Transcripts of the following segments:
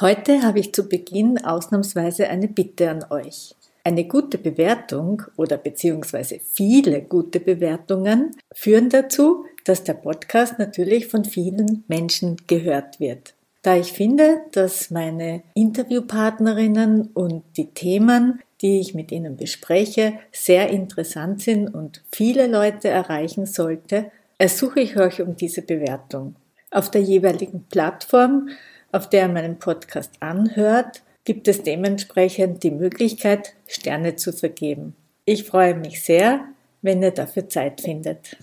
Heute habe ich zu Beginn ausnahmsweise eine Bitte an euch. Eine gute Bewertung oder beziehungsweise viele gute Bewertungen führen dazu, dass der Podcast natürlich von vielen Menschen gehört wird. Da ich finde, dass meine Interviewpartnerinnen und die Themen, die ich mit ihnen bespreche, sehr interessant sind und viele Leute erreichen sollte, ersuche ich euch um diese Bewertung. Auf der jeweiligen Plattform, auf der ihr meinen Podcast anhört, gibt es dementsprechend die Möglichkeit, Sterne zu vergeben. Ich freue mich sehr, wenn ihr dafür Zeit findet.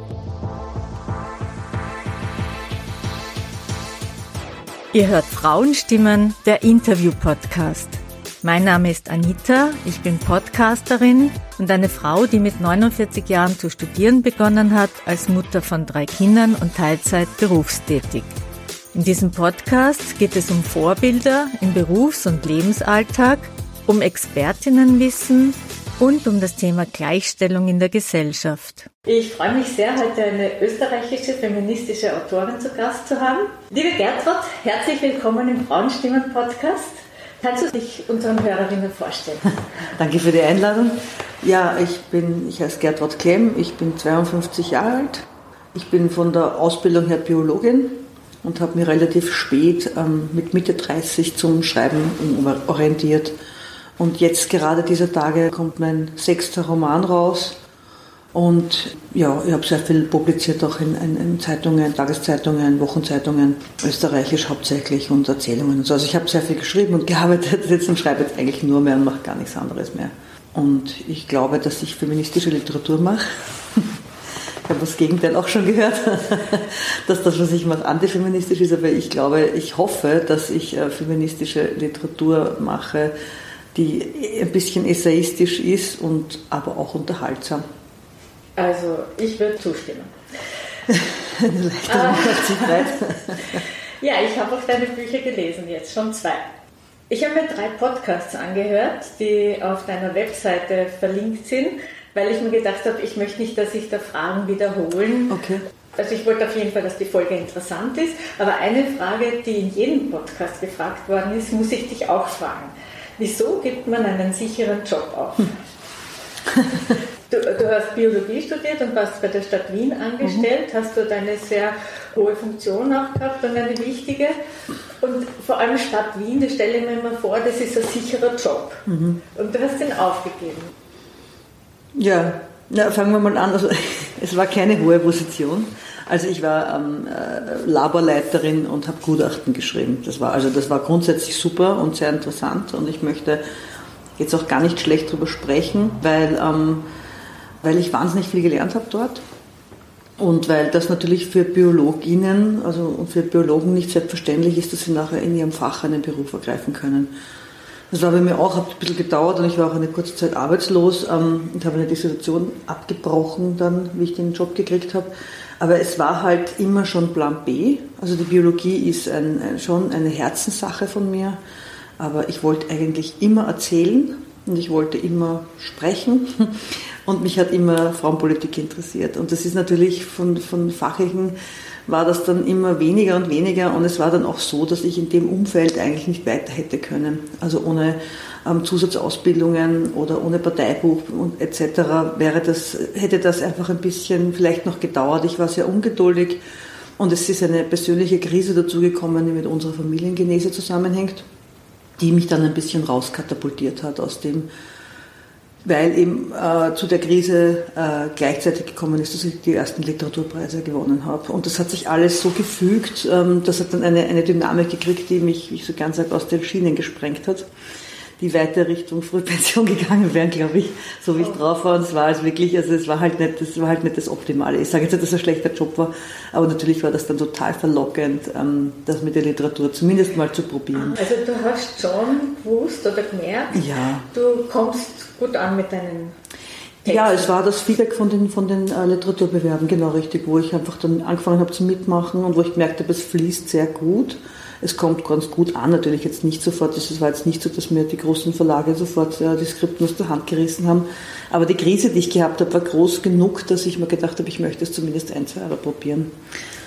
Ihr hört Frauenstimmen, der Interview-Podcast. Mein Name ist Anita, ich bin Podcasterin und eine Frau, die mit 49 Jahren zu studieren begonnen hat, als Mutter von 3 Kindern und Teilzeit berufstätig. In diesem Podcast geht es um Vorbilder im Berufs- und Lebensalltag, um Expertinnenwissen und um das Thema Gleichstellung in der Gesellschaft. Ich freue mich sehr, heute eine österreichische feministische Autorin zu Gast zu haben. Liebe Gertrud, herzlich willkommen im Frauenstimmen-Podcast. Kannst du dich unseren Hörerinnen vorstellen? Danke für die Einladung. Ja, ich heiße Gertrud Klemm, ich bin 52 Jahre alt. Ich bin von der Ausbildung her Biologin und habe mich relativ spät mit Mitte 30 zum Schreiben orientiert. Und jetzt gerade dieser Tage kommt mein 6. Roman raus. Und ja, ich habe sehr viel publiziert, auch in Zeitungen, Tageszeitungen, Wochenzeitungen, österreichisch hauptsächlich und Erzählungen und so. Also ich habe sehr viel geschrieben und gearbeitet jetzt und schreibe jetzt eigentlich nur mehr und mache gar nichts anderes mehr. Und ich glaube, dass ich feministische Literatur mache. Ich habe das Gegenteil auch schon gehört, dass das, was ich mache, antifeministisch ist. Aber ich hoffe, dass ich feministische Literatur mache, die ein bisschen essayistisch ist und aber auch unterhaltsam. Also, ich würde zustimmen. Eine leichte Ja, ich habe auch deine Bücher gelesen, jetzt schon 2. Ich habe mir 3 Podcasts angehört, die auf deiner Webseite verlinkt sind, weil ich mir gedacht habe, ich möchte nicht, dass sich da Fragen wiederholen. Okay. Also ich wollte auf jeden Fall, dass die Folge interessant ist, aber eine Frage, die in jedem Podcast gefragt worden ist, muss ich dich auch fragen. Wieso gibt man einen sicheren Job auf? Du hast Biologie studiert und warst bei der Stadt Wien angestellt, hast dort eine sehr hohe Funktion auch gehabt und eine wichtige. Und vor allem Stadt Wien, das stelle ich mir immer vor, das ist ein sicherer Job. Und du hast den aufgegeben. Ja, fangen wir mal an. Also, es war keine hohe Position. Also ich war Laborleiterin und habe Gutachten geschrieben. Das war grundsätzlich super und sehr interessant und ich möchte jetzt auch gar nicht schlecht drüber sprechen, weil ich wahnsinnig viel gelernt habe dort und weil das natürlich für Biologinnen und für Biologen nicht selbstverständlich ist, dass sie nachher in ihrem Fach einen Beruf ergreifen können. Das war bei mir auch, hat ein bisschen gedauert und ich war auch eine kurze Zeit arbeitslos und habe eine Dissertation abgebrochen dann, wie ich den Job gekriegt habe. Aber es war halt immer schon Plan B. Also die Biologie ist schon eine Herzenssache von mir. Aber ich wollte eigentlich immer erzählen und ich wollte immer sprechen. Und mich hat immer Frauenpolitik interessiert. Und das ist natürlich von fachlichen war das dann immer weniger und weniger. Und es war dann auch so, dass ich in dem Umfeld eigentlich nicht weiter hätte können. Also ohne Zusatzausbildungen oder ohne Parteibuch und etc. hätte das einfach ein bisschen vielleicht noch gedauert. Ich war sehr ungeduldig und es ist eine persönliche Krise dazugekommen, die mit unserer Familiengenese zusammenhängt, die mich dann ein bisschen rauskatapultiert hat aus dem, weil eben zu der Krise gleichzeitig gekommen ist, dass ich die ersten Literaturpreise gewonnen habe. Und das hat sich alles so gefügt, das hat dann eine Dynamik gekriegt, die mich, wie ich so gern sage, aus den Schienen gesprengt hat, die weiter Richtung Frühpension gegangen wären, glaube ich, so wie ich drauf war. Und es war halt nicht das Optimale. Ich sage jetzt nicht, dass es ein schlechter Job war, aber natürlich war das dann total verlockend, das mit der Literatur zumindest mal zu probieren. Also du hast schon gewusst oder gemerkt, ja, du kommst gut an mit deinen Texten. Ja, es war das Feedback von den Literaturbewerben, genau richtig, wo ich einfach dann angefangen habe zu mitmachen und wo ich gemerkt habe, es fließt sehr gut. Es kommt ganz gut an, natürlich jetzt nicht sofort, es war jetzt nicht so, dass mir die großen Verlage sofort die Skripten aus der Hand gerissen haben, aber die Krise, die ich gehabt habe, war groß genug, dass ich mir gedacht habe, ich möchte es zumindest 1-2 Jahre probieren.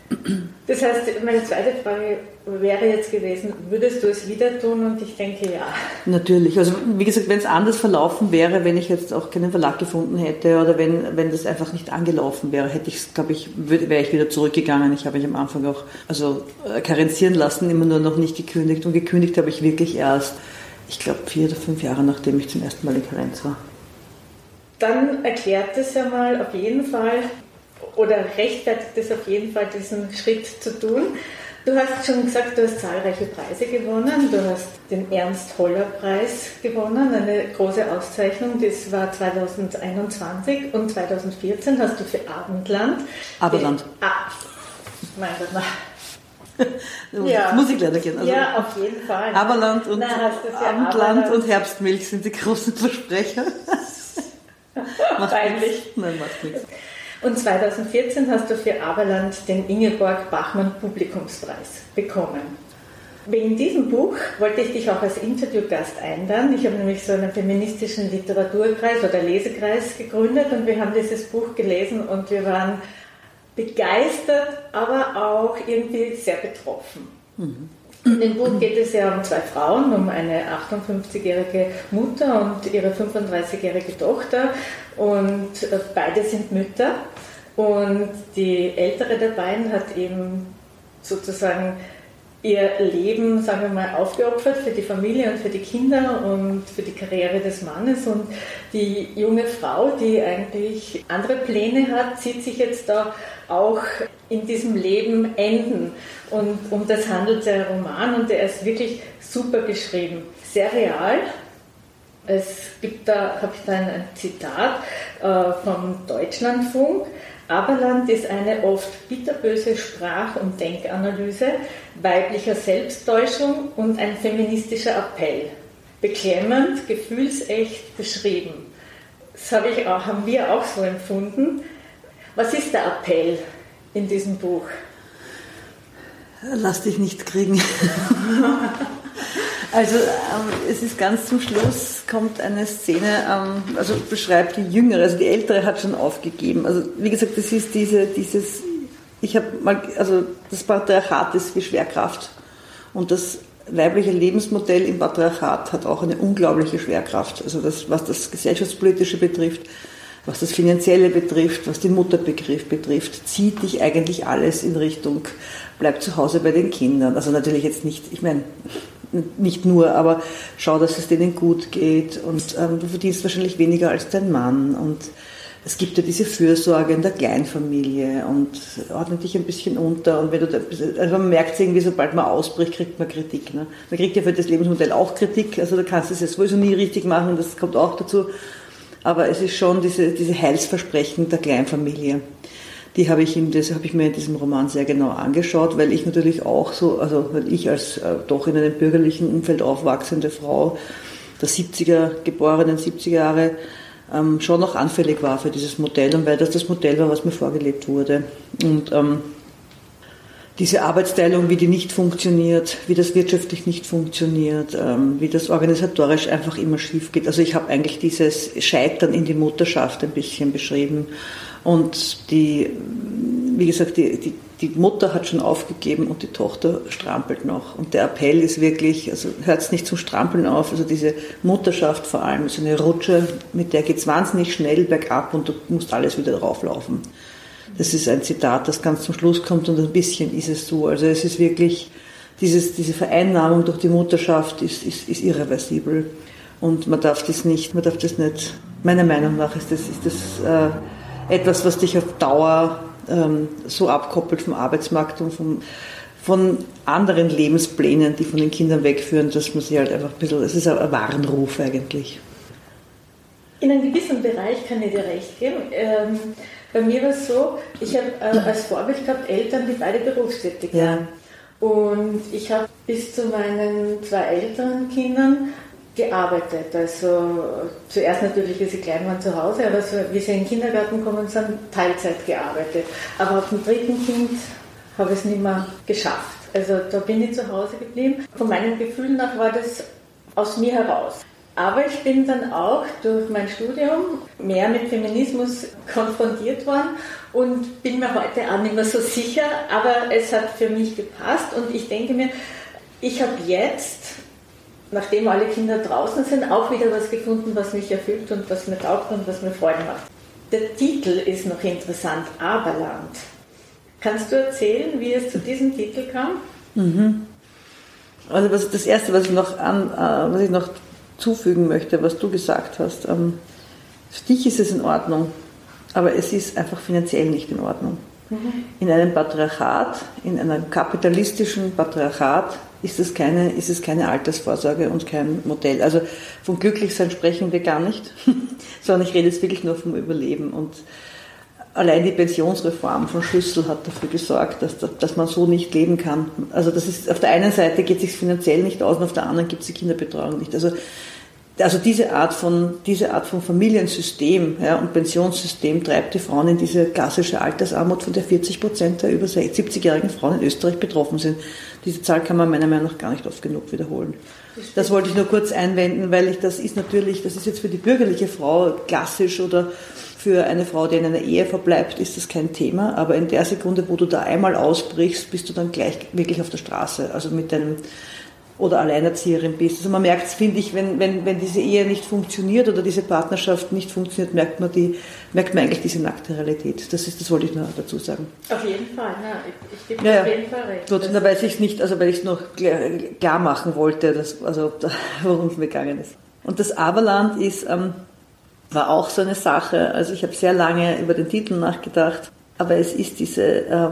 Das heißt, meine zweite Frage wäre jetzt gewesen, würdest du es wieder tun? Und ich denke, ja. Natürlich. Also wie gesagt, wenn es anders verlaufen wäre, wenn ich jetzt auch keinen Verlag gefunden hätte oder wenn das einfach nicht angelaufen wäre, hätte ich es, glaube ich, wäre ich wieder zurückgegangen. Ich habe mich am Anfang auch karenzieren lassen, immer nur noch nicht gekündigt. Und gekündigt habe ich wirklich erst, ich glaube, 4 oder 5 Jahre, nachdem ich zum ersten Mal in Karenz war. Dann erklärt es ja mal auf jeden Fall, oder rechtfertigt es auf jeden Fall, diesen Schritt zu tun. Du hast schon gesagt, du hast zahlreiche Preise gewonnen. Du hast den Ernst-Holler-Preis gewonnen, eine große Auszeichnung. Das war 2021 und 2014 hast du für Abendland. Mein Gott, ja. Musiklehrer kennen. Also ja, auf jeden Fall. Abendland und Abendland und Herbstmilch sind die großen Versprecher. Peinlich. Nein, macht nichts. Und 2014 hast du für Aberland den Ingeborg Bachmann Publikumspreis bekommen. Wegen diesem Buch wollte ich dich auch als Interviewgast einladen. Ich habe nämlich so einen feministischen Literaturkreis oder Lesekreis gegründet und wir haben dieses Buch gelesen und wir waren begeistert, aber auch irgendwie sehr betroffen. In dem Buch geht es ja um 2 Frauen, um eine 58-jährige Mutter und ihre 35-jährige Tochter und beide sind Mütter und die ältere der beiden hat eben sozusagen ihr Leben, sagen wir mal, aufgeopfert für die Familie und für die Kinder und für die Karriere des Mannes und die junge Frau, die eigentlich andere Pläne hat, sieht sich jetzt da auch in diesem Leben enden und um das handelt der Roman und der ist wirklich super geschrieben, sehr real. Es gibt da, habe ich da ein Zitat vom Deutschlandfunk. Aberland ist eine oft bitterböse Sprach- und Denkanalyse weiblicher Selbsttäuschung und ein feministischer Appell. Beklemmend, gefühlsecht beschrieben. Das haben wir auch so empfunden. Was ist der Appell in diesem Buch? Lass dich nicht kriegen. Also es ist ganz zum Schluss, kommt eine Szene, also beschreibt die Jüngere, also die Ältere hat schon aufgegeben. Also wie gesagt, das ist das Patriarchat ist wie Schwerkraft und das weibliche Lebensmodell im Patriarchat hat auch eine unglaubliche Schwerkraft. Also das, was das Gesellschaftspolitische betrifft, was das Finanzielle betrifft, was den Mutterbegriff betrifft, zieht dich eigentlich alles in Richtung, bleib zu Hause bei den Kindern. Also natürlich jetzt nicht, ich meine, nicht nur, aber schau, dass es denen gut geht und du verdienst wahrscheinlich weniger als dein Mann und es gibt ja diese Fürsorge in der Kleinfamilie und ordne dich ein bisschen unter und wenn du also man merkt es irgendwie, sobald man ausbricht, kriegt man Kritik. Ne? Man kriegt ja für das Lebensmodell auch Kritik, also du kannst es ja sowieso nie richtig machen, das kommt auch dazu, aber es ist schon diese Heilsversprechen der Kleinfamilie. Das habe ich mir in diesem Roman sehr genau angeschaut, weil ich natürlich auch so, also weil ich als doch in einem bürgerlichen Umfeld aufwachsende Frau der 70er Jahre schon noch anfällig war für dieses Modell und weil das Modell war, was mir vorgelebt wurde. Und diese Arbeitsteilung, wie die nicht funktioniert, wie das wirtschaftlich nicht funktioniert, wie das organisatorisch einfach immer schief geht. Also ich habe eigentlich dieses Scheitern in die Mutterschaft ein bisschen beschrieben. Und wie gesagt, die Mutter hat schon aufgegeben und die Tochter strampelt noch. Und der Appell ist wirklich, also hört es nicht zum Strampeln auf, also diese Mutterschaft vor allem ist eine Rutsche, mit der geht es wahnsinnig schnell bergab und du musst alles wieder drauflaufen. Das ist ein Zitat, das ganz zum Schluss kommt und ein bisschen ist es so. Also es ist wirklich, diese Vereinnahmung durch die Mutterschaft ist irreversibel. Und man darf das nicht, meiner Meinung nach ist das etwas, was dich auf Dauer so abkoppelt vom Arbeitsmarkt und von anderen Lebensplänen, die von den Kindern wegführen, dass man sie halt einfach ein bisschen, es ist ein Warnruf eigentlich. In einem gewissen Bereich kann ich dir recht geben. Bei mir war es so, ich habe als Vorbild gehabt Eltern, die beide berufstätig waren. Ja. Und ich habe bis zu meinen 2 älteren Kindern gearbeitet. Also zuerst natürlich, wie sie klein waren, zu Hause, aber so, wie sie in den Kindergarten kommen sind, Teilzeit gearbeitet. Aber auf dem 3. Kind habe ich es nicht mehr geschafft. Also da bin ich zu Hause geblieben. Von meinen Gefühlen nach war das aus mir heraus. Aber ich bin dann auch durch mein Studium mehr mit Feminismus konfrontiert worden und bin mir heute auch nicht mehr so sicher, aber es hat für mich gepasst und ich denke mir, ich habe jetzt, nachdem alle Kinder draußen sind, auch wieder was gefunden, was mich erfüllt und was mir taugt und was mir Freude macht. Der Titel ist noch interessant, Aberland. Kannst du erzählen, wie es zu diesem Titel kam? Also das Erste, was ich noch zufügen möchte, was du gesagt hast, für dich ist es in Ordnung, aber es ist einfach finanziell nicht in Ordnung. In einem Patriarchat, in einem kapitalistischen Patriarchat ist es keine Altersvorsorge und kein Modell. Also vom Glücklichsein sprechen wir gar nicht, sondern ich rede jetzt wirklich nur vom Überleben. Und allein die Pensionsreform von Schüssel hat dafür gesorgt, dass man so nicht leben kann. Also das ist, auf der einen Seite geht es sich finanziell nicht aus und auf der anderen gibt es die Kinderbetreuung nicht. Also diese Art von Familiensystem, ja, und Pensionssystem treibt die Frauen in diese klassische Altersarmut, von der 40% der über 70-jährigen Frauen in Österreich betroffen sind. Diese Zahl kann man meiner Meinung nach gar nicht oft genug wiederholen. Das wollte ich nur kurz einwenden, weil das ist jetzt für die bürgerliche Frau klassisch oder für eine Frau, die in einer Ehe verbleibt, ist das kein Thema, aber in der Sekunde, wo du da einmal ausbrichst, bist du dann gleich wirklich auf der Straße, also mit deinem oder Alleinerzieherin bist. Also man merkt es, finde ich, wenn diese Ehe nicht funktioniert oder diese Partnerschaft nicht funktioniert, merkt man eigentlich diese nackte Realität. Das wollte ich nur dazu sagen. Auf jeden Fall, ich gebe dir auf jeden Fall recht. Gut, weil ich es noch klar machen wollte, worum es mir gegangen ist. Und das Aberland war auch so eine Sache, also ich habe sehr lange über den Titel nachgedacht, aber es ist dieser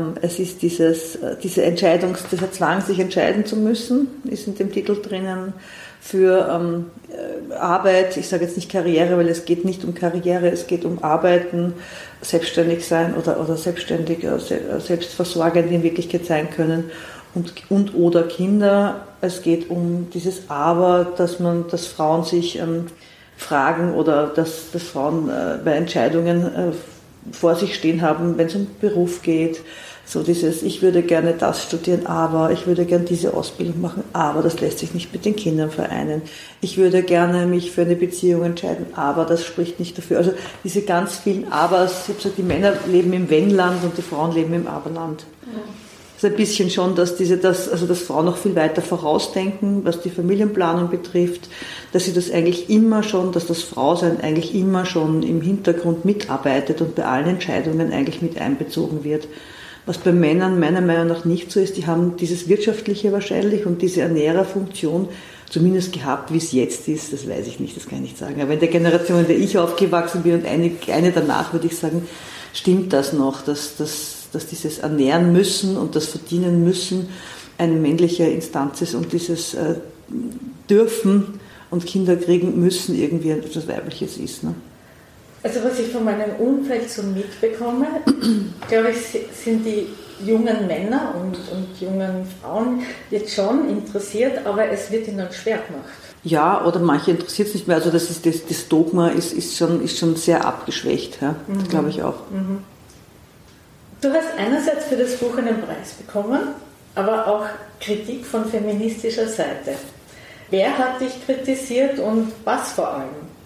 Zwang, sich entscheiden zu müssen, ist in dem Titel drinnen, für Arbeit, ich sage jetzt nicht Karriere, weil es geht nicht um Karriere, es geht um Arbeiten, selbstständig sein oder selbstversorgend in Wirklichkeit sein können und oder Kinder. Es geht um dieses Aber, dass Frauen sich fragen oder dass Frauen bei Entscheidungen vor sich stehen haben, wenn es um Beruf geht. So dieses, ich würde gerne das studieren, aber ich würde gerne diese Ausbildung machen, aber das lässt sich nicht mit den Kindern vereinen. Ich würde gerne mich für eine Beziehung entscheiden, aber das spricht nicht dafür. Also diese ganz vielen Abers, ich habe gesagt, die Männer leben im Wenn-Land und die Frauen leben im Aberland. Ja. Das ist ein bisschen schon, dass Frauen noch viel weiter vorausdenken, was die Familienplanung betrifft, dass das Frausein eigentlich immer schon im Hintergrund mitarbeitet und bei allen Entscheidungen eigentlich mit einbezogen wird. Was bei Männern meiner Meinung nach nicht so ist, die haben dieses Wirtschaftliche wahrscheinlich und diese Ernährerfunktion zumindest gehabt, wie es jetzt ist, das weiß ich nicht, das kann ich nicht sagen. Aber in der Generation, in der ich aufgewachsen bin und eine danach, würde ich sagen, stimmt das noch, dass dieses Ernähren müssen und das Verdienen müssen eine männliche Instanz ist und dieses Dürfen und Kinder kriegen müssen irgendwie etwas Weibliches ist. Ne? Also was ich von meinem Umfeld so mitbekomme, glaube ich, sind die jungen Männer und jungen Frauen jetzt schon interessiert, aber es wird ihnen schwer gemacht. Ja, oder manche interessiert es nicht mehr. Also das Dogma ist schon sehr abgeschwächt, ja? Das glaube ich auch. Mhm. Du hast einerseits für das Buch einen Preis bekommen, aber auch Kritik von feministischer Seite. Wer hat dich kritisiert und was vor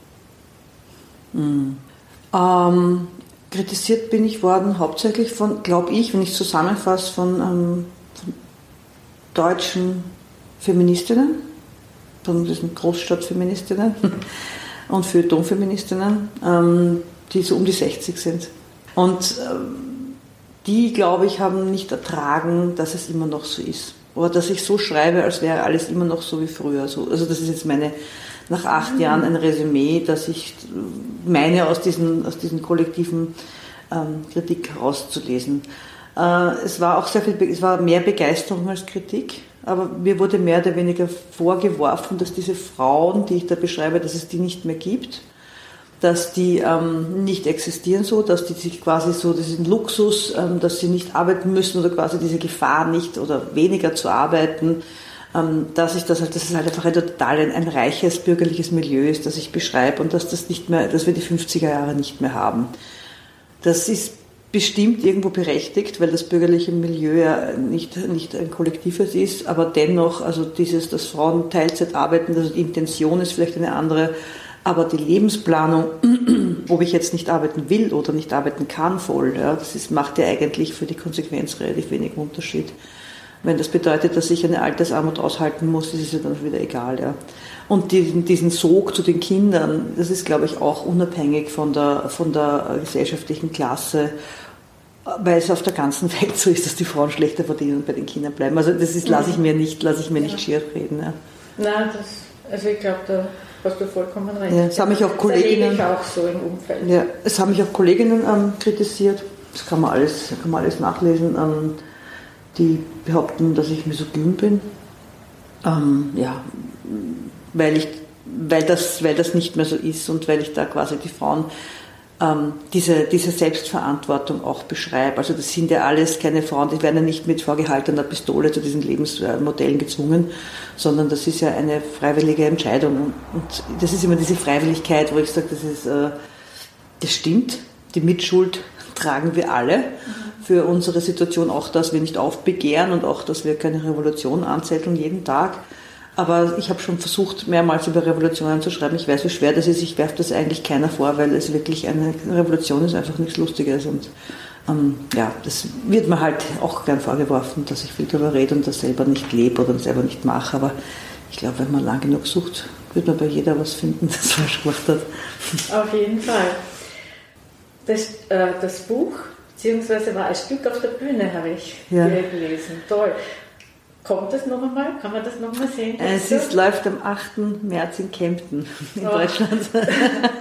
allem? Kritisiert bin ich worden hauptsächlich von, glaube ich, wenn ich es zusammenfasse, von deutschen Feministinnen, von diesen Großstadtfeministinnen und Feuilleton-Feministinnen, die so um die 60 sind. Und die, glaube ich, haben nicht ertragen, dass es immer noch so ist. Oder dass ich so schreibe, als wäre alles immer noch so wie früher. Also das ist jetzt nach 8 Jahren ein Resümee, dass ich meine, aus diesen kollektiven Kritik herauszulesen. Es war auch es war mehr Begeisterung als Kritik, aber mir wurde mehr oder weniger vorgeworfen, dass diese Frauen, die ich da beschreibe, dass es die nicht mehr gibt, dass die nicht existieren so, dass die sich quasi so diesen Luxus, dass sie nicht arbeiten müssen oder quasi diese Gefahr nicht oder weniger zu arbeiten, dass es halt einfach ein reiches bürgerliches Milieu ist, das ich beschreibe und dass wir die 50er Jahre nicht mehr haben. Das ist bestimmt irgendwo berechtigt, weil das bürgerliche Milieu ja nicht ein kollektives ist, aber dennoch, also dass Frauen Teilzeit arbeiten, also die Intention ist vielleicht eine andere, aber die Lebensplanung, ob ich jetzt nicht arbeiten will oder nicht arbeiten kann voll, ja, macht ja eigentlich für die Konsequenz relativ wenig Unterschied. Wenn das bedeutet, dass ich eine Altersarmut aushalten muss, ist es ja dann wieder egal. Ja. Und diesen Sog zu den Kindern, das ist, glaube ich, auch unabhängig von der gesellschaftlichen Klasse, weil es auf der ganzen Welt so ist, dass die Frauen schlechter verdienen und bei den Kindern bleiben. Also das lasse ich mir nicht schier reden. Ja. Nein, also ich glaube, da hast du vollkommen recht. Ja, das haben mich auch Kolleginnen, ich auch so im Umfeld. Ja, es haben mich auch Kolleginnen kritisiert. Das kann man alles nachlesen. Die behaupten, dass ich misogyn bin. Weil das nicht mehr so ist und weil ich da quasi die Frauen diese Selbstverantwortung auch beschreibe. Also das sind ja alles keine Frauen, die werden ja nicht mit vorgehaltener Pistole zu diesen Lebensmodellen gezwungen, sondern das ist ja eine freiwillige Entscheidung. Und das ist immer diese Freiwilligkeit, wo ich sage, das stimmt, die Mitschuld tragen wir alle für unsere Situation, auch dass wir nicht aufbegehren und auch, dass wir keine Revolution anzetteln jeden Tag. Aber ich habe schon versucht, mehrmals über Revolutionen zu schreiben. Ich weiß, wie schwer das ist. Ich werfe das eigentlich keiner vor, weil es wirklich eine Revolution ist, einfach nichts Lustiges. Und das wird mir halt auch gern vorgeworfen, dass ich viel darüber rede und das selber nicht lebe oder selber nicht mache. Aber ich glaube, wenn man lang genug sucht, wird man bei jeder was finden, das falsch gemacht hat. Auf jeden Fall. Das Buch, beziehungsweise war ein Stück auf der Bühne, habe ich gelesen. Toll. Kommt das noch einmal? Kann man das noch mal sehen? Es läuft am 8. März in Kempten in Deutschland. Gut.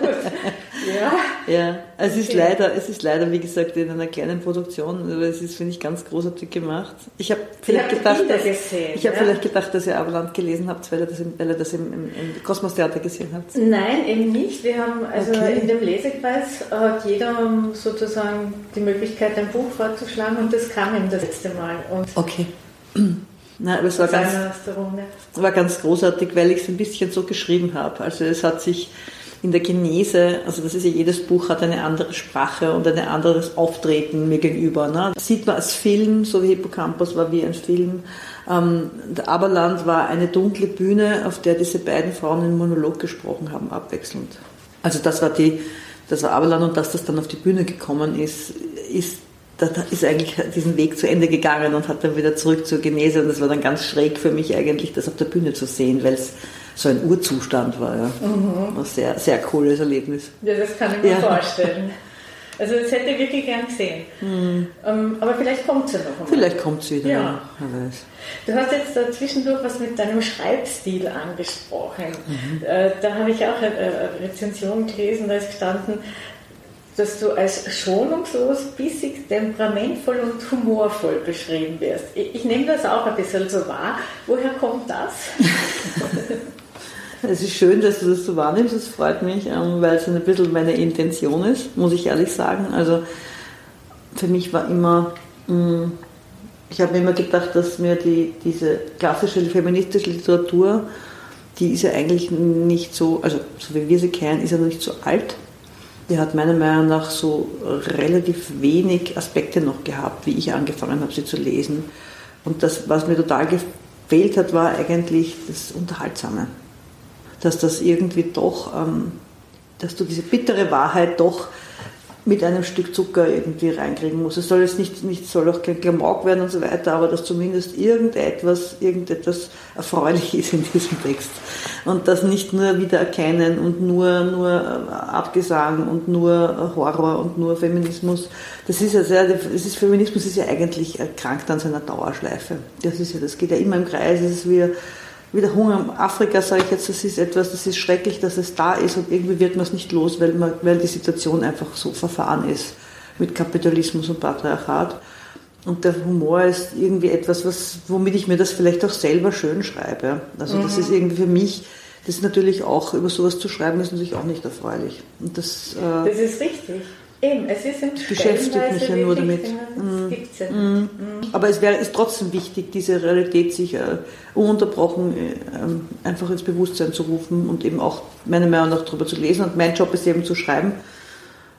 Ja. Es ist leider, wie gesagt, in einer kleinen Produktion, aber es ist, finde ich, ganz großartig gemacht. Ich habe vielleicht gedacht, dass ihr Aberland gelesen habt, weil ihr das im Kosmos Theater gesehen habt. Nein, eben nicht. Wir haben in dem Lesekreis hat jeder sozusagen die Möglichkeit, ein Buch vorzuschlagen und das kam ihm das letzte Mal. Und okay. Nein, aber es war ganz großartig, weil ich es ein bisschen so geschrieben habe. Also es hat sich in der Genese, also das ist ja, jedes Buch hat eine andere Sprache und ein anderes Auftreten mir gegenüber. Ne? Das sieht man als Film, so wie Hippocampus war wie ein Film. Der Aberland war eine dunkle Bühne, auf der diese beiden Frauen einen Monolog gesprochen haben, abwechselnd. Also das war Aberland, und dass das dann auf die Bühne gekommen ist eigentlich diesen Weg zu Ende gegangen und hat dann wieder zurück zur Genese, und das war dann ganz schräg für mich eigentlich, das auf der Bühne zu sehen, weil es so ein Urzustand war. Ja. Ein sehr, sehr cooles Erlebnis. Ja, das kann ich mir vorstellen. Also das hätte ich wirklich gern gesehen. Aber vielleicht kommt es ja noch einmal. Vielleicht kommt es wieder, ja. Wer weiß. Du hast jetzt da zwischendurch was mit deinem Schreibstil angesprochen. Da habe ich auch eine Rezension gelesen, da ist gestanden, dass du als schonungslos, bissig, temperamentvoll und humorvoll beschrieben wirst. Ich nehme das auch ein bisschen so wahr. Woher kommt das? Es ist schön, dass du das so wahrnimmst, das freut mich, weil es ein bisschen meine Intention ist, muss ich ehrlich sagen. Also für mich war immer, ich habe mir immer gedacht, dass mir diese klassische feministische Literatur, die ist ja eigentlich nicht so, also so wie wir sie kennen, ist ja noch nicht so alt. Die hat meiner Meinung nach so relativ wenig Aspekte noch gehabt, wie ich angefangen habe, sie zu lesen. Und das, was mir total gefehlt hat, war eigentlich das Unterhaltsame. Dass das irgendwie doch, dass du diese bittere Wahrheit doch mit einem Stück Zucker irgendwie reinkriegen musst. Es soll jetzt nicht soll auch kein Klamauk werden und so weiter, aber dass zumindest irgendetwas erfreulich ist in diesem Text. Und das nicht nur Wiedererkennen und nur Abgesang und nur Horror und nur Feminismus. Feminismus ist ja eigentlich erkrankt an seiner Dauerschleife. Das geht ja immer im Kreis. Es ist wie der Hunger in Afrika, sage ich jetzt, das ist schrecklich, dass es da ist, und irgendwie wird man es nicht los, weil die Situation einfach so verfahren ist mit Kapitalismus und Patriarchat. Und der Humor ist irgendwie etwas, womit ich mir das vielleicht auch selber schön schreibe. Also das ist irgendwie für mich, das ist natürlich auch, über sowas zu schreiben, ist natürlich auch nicht erfreulich. Und das ist richtig. Eben, es ist beschäftigt mich ja nur damit. Aber es ist trotzdem wichtig, diese Realität sich ununterbrochen einfach ins Bewusstsein zu rufen und eben auch meiner Meinung nach darüber zu lesen. Und mein Job ist eben zu schreiben.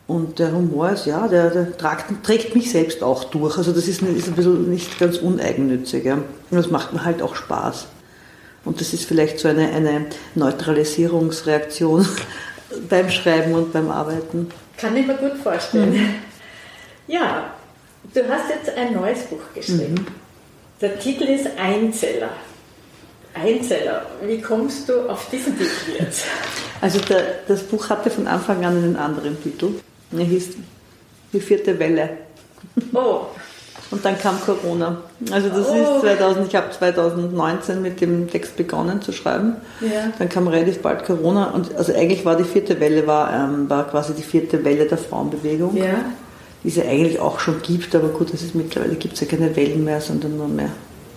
Und der Humor ist, ja, der trägt mich selbst auch durch. Also das ist ein bisschen nicht ganz uneigennützig. Ja. Und das macht mir halt auch Spaß. Und das ist vielleicht so eine Neutralisierungsreaktion beim Schreiben und beim Arbeiten. Kann ich mir gut vorstellen. Ja, du hast jetzt ein neues Buch geschrieben. Der Titel ist Einzeller. Einzeller, wie kommst du auf diesen Titel jetzt? Also das Buch hatte von Anfang an einen anderen Titel. Er hieß Die vierte Welle. Oh. Und dann kam Corona. Also das ist ich habe 2019 mit dem Text begonnen zu schreiben. Ja. Dann kam relativ bald Corona und also eigentlich war die vierte Welle war quasi die vierte Welle der Frauenbewegung, ja. Die es ja eigentlich auch schon gibt, aber gut, mittlerweile gibt es ja keine Wellen mehr, sondern nur mehr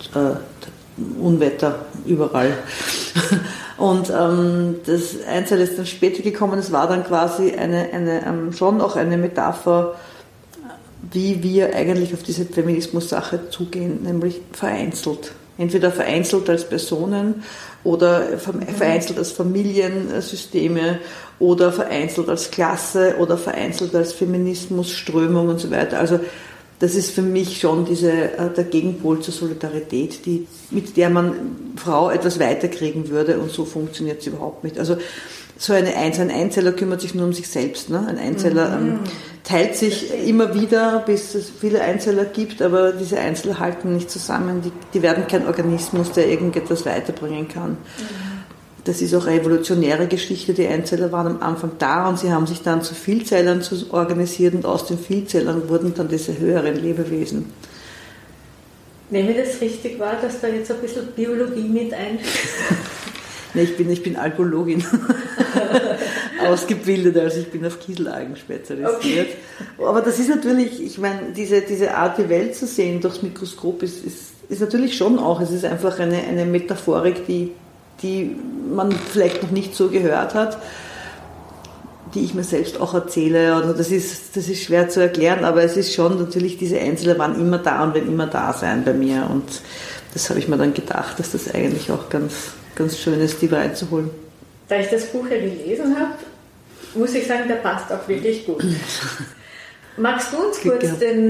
Unwetter überall. Und das Einzelne ist dann später gekommen, es war dann quasi schon auch eine Metapher, wie wir eigentlich auf diese Feminismus-Sache zugehen, nämlich vereinzelt. Entweder vereinzelt als Personen oder vereinzelt als Familiensysteme oder vereinzelt als Klasse oder vereinzelt als Feminismusströmung und so weiter. Also das ist für mich schon der Gegenpol zur Solidarität, mit der man Frau etwas weiterkriegen würde und so funktioniert es überhaupt nicht. Also ein Einzeller kümmert sich nur um sich selbst. Ne? Ein Einzeller teilt sich immer wieder, bis es viele Einzeller gibt, aber diese Einzeller halten nicht zusammen. Die werden kein Organismus, der irgendetwas weiterbringen kann. Das ist auch eine evolutionäre Geschichte. Die Einzeller waren am Anfang da und sie haben sich dann zu Vielzellern organisiert und aus den Vielzellern wurden dann diese höheren Lebewesen. Nehme ich das richtig wahr, dass da jetzt ein bisschen Biologie mit einfließt? Nee, ich bin Alkologin, ausgebildet, also ich bin auf Kieselalgen spezialisiert. Okay. Aber das ist natürlich, ich meine, diese Art, die Welt zu sehen durchs Mikroskop ist natürlich schon auch, es ist einfach eine Metaphorik, die man vielleicht noch nicht so gehört hat, die ich mir selbst auch erzähle. Oder das ist schwer zu erklären, aber es ist schon natürlich, diese Einzelnen waren immer da und werden immer da sein bei mir. Und das habe ich mir dann gedacht, dass das eigentlich auch ganz schön ist, die reinzuholen. Da ich das Buch ja gelesen habe, muss ich sagen, der passt auch wirklich gut. Magst du uns kurz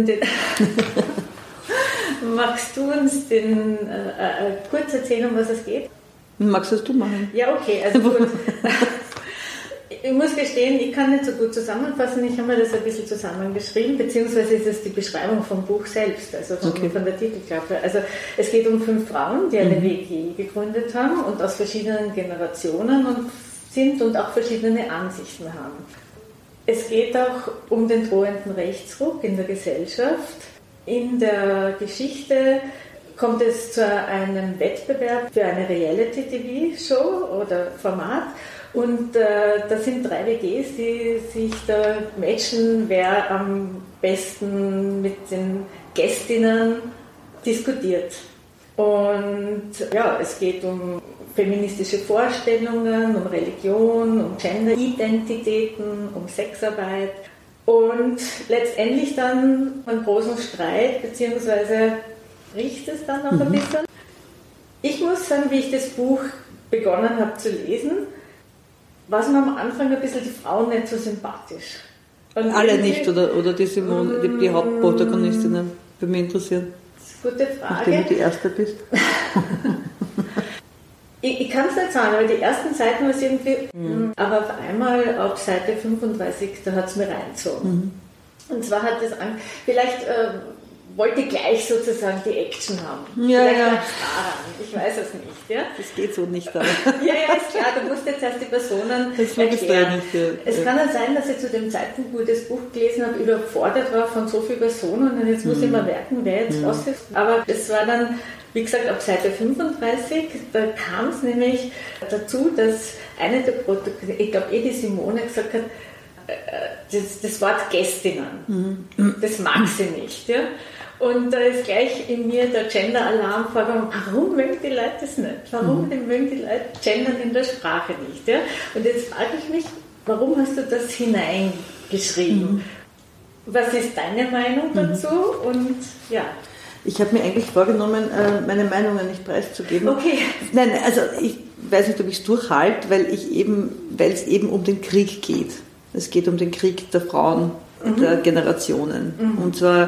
kurz erzählen, um was es geht? Magst du es machen? Ja, okay, also gut. Ich muss gestehen, ich kann nicht so gut zusammenfassen. Ich habe mir das ein bisschen zusammengeschrieben, beziehungsweise ist es die Beschreibung vom Buch selbst, also von der Titelklappe. Also es geht um 5 Frauen, die eine WG gegründet haben und aus verschiedenen Generationen sind und auch verschiedene Ansichten haben. Es geht auch um den drohenden Rechtsruck in der Gesellschaft. In der Geschichte kommt es zu einem Wettbewerb für eine Reality-TV-Show oder Format. Und da sind 3 WGs, die sich da matchen, wer am besten mit den Gästinnen diskutiert. Und ja, es geht um feministische Vorstellungen, um Religion, um Gender-Identitäten, um Sexarbeit. Und letztendlich dann einen großen Streit, beziehungsweise riecht es dann noch ein bisschen. Ich muss sagen, wie ich das Buch begonnen habe zu lesen, war es mir am Anfang ein bisschen die Frauen nicht so sympathisch. Und alle nicht, oder die Simone, die Hauptprotagonistinnen, würde mich interessieren. Das ist eine gute Frage. Nachdem du die Erste bist. Ich kann es nicht sagen, aber die ersten Seiten war es irgendwie, aber auf einmal auf Seite 35, da hat es mir reingezogen. Und zwar hat es vielleicht wollte gleich sozusagen die Action haben. Ja, vielleicht ja. Daran. Ich weiß es nicht. Ja? Das geht so nicht. Aber. Ja, ist klar, du musst jetzt erst die Personen erklären. Nicht, ja. Es kann ja sein, dass ich zu dem Zeitpunkt, wo ich das Buch gelesen habe, überfordert war von so vielen Personen und jetzt muss ich mal merken, wer jetzt was ist. Aber es war dann, wie gesagt, ab Seite 35, da kam es nämlich dazu, dass eine der Protagonisten, ich glaube die Simone, gesagt hat, das Wort Gästinnen, das mag sie nicht. Ja? Und da ist gleich in mir der Gender-Alarm vorgegangen, warum mögen die Leute das nicht? Warum mögen die Leute Gendern in der Sprache nicht? Ja? Und jetzt frage ich mich, warum hast du das hineingeschrieben? Was ist deine Meinung dazu? Und ja. Ich habe mir eigentlich vorgenommen, meine Meinungen nicht preiszugeben. Okay. Nein, also ich weiß nicht, ob ich es durchhalte, weil es eben um den Krieg geht. Es geht um den Krieg der Frauen, der Generationen. Und zwar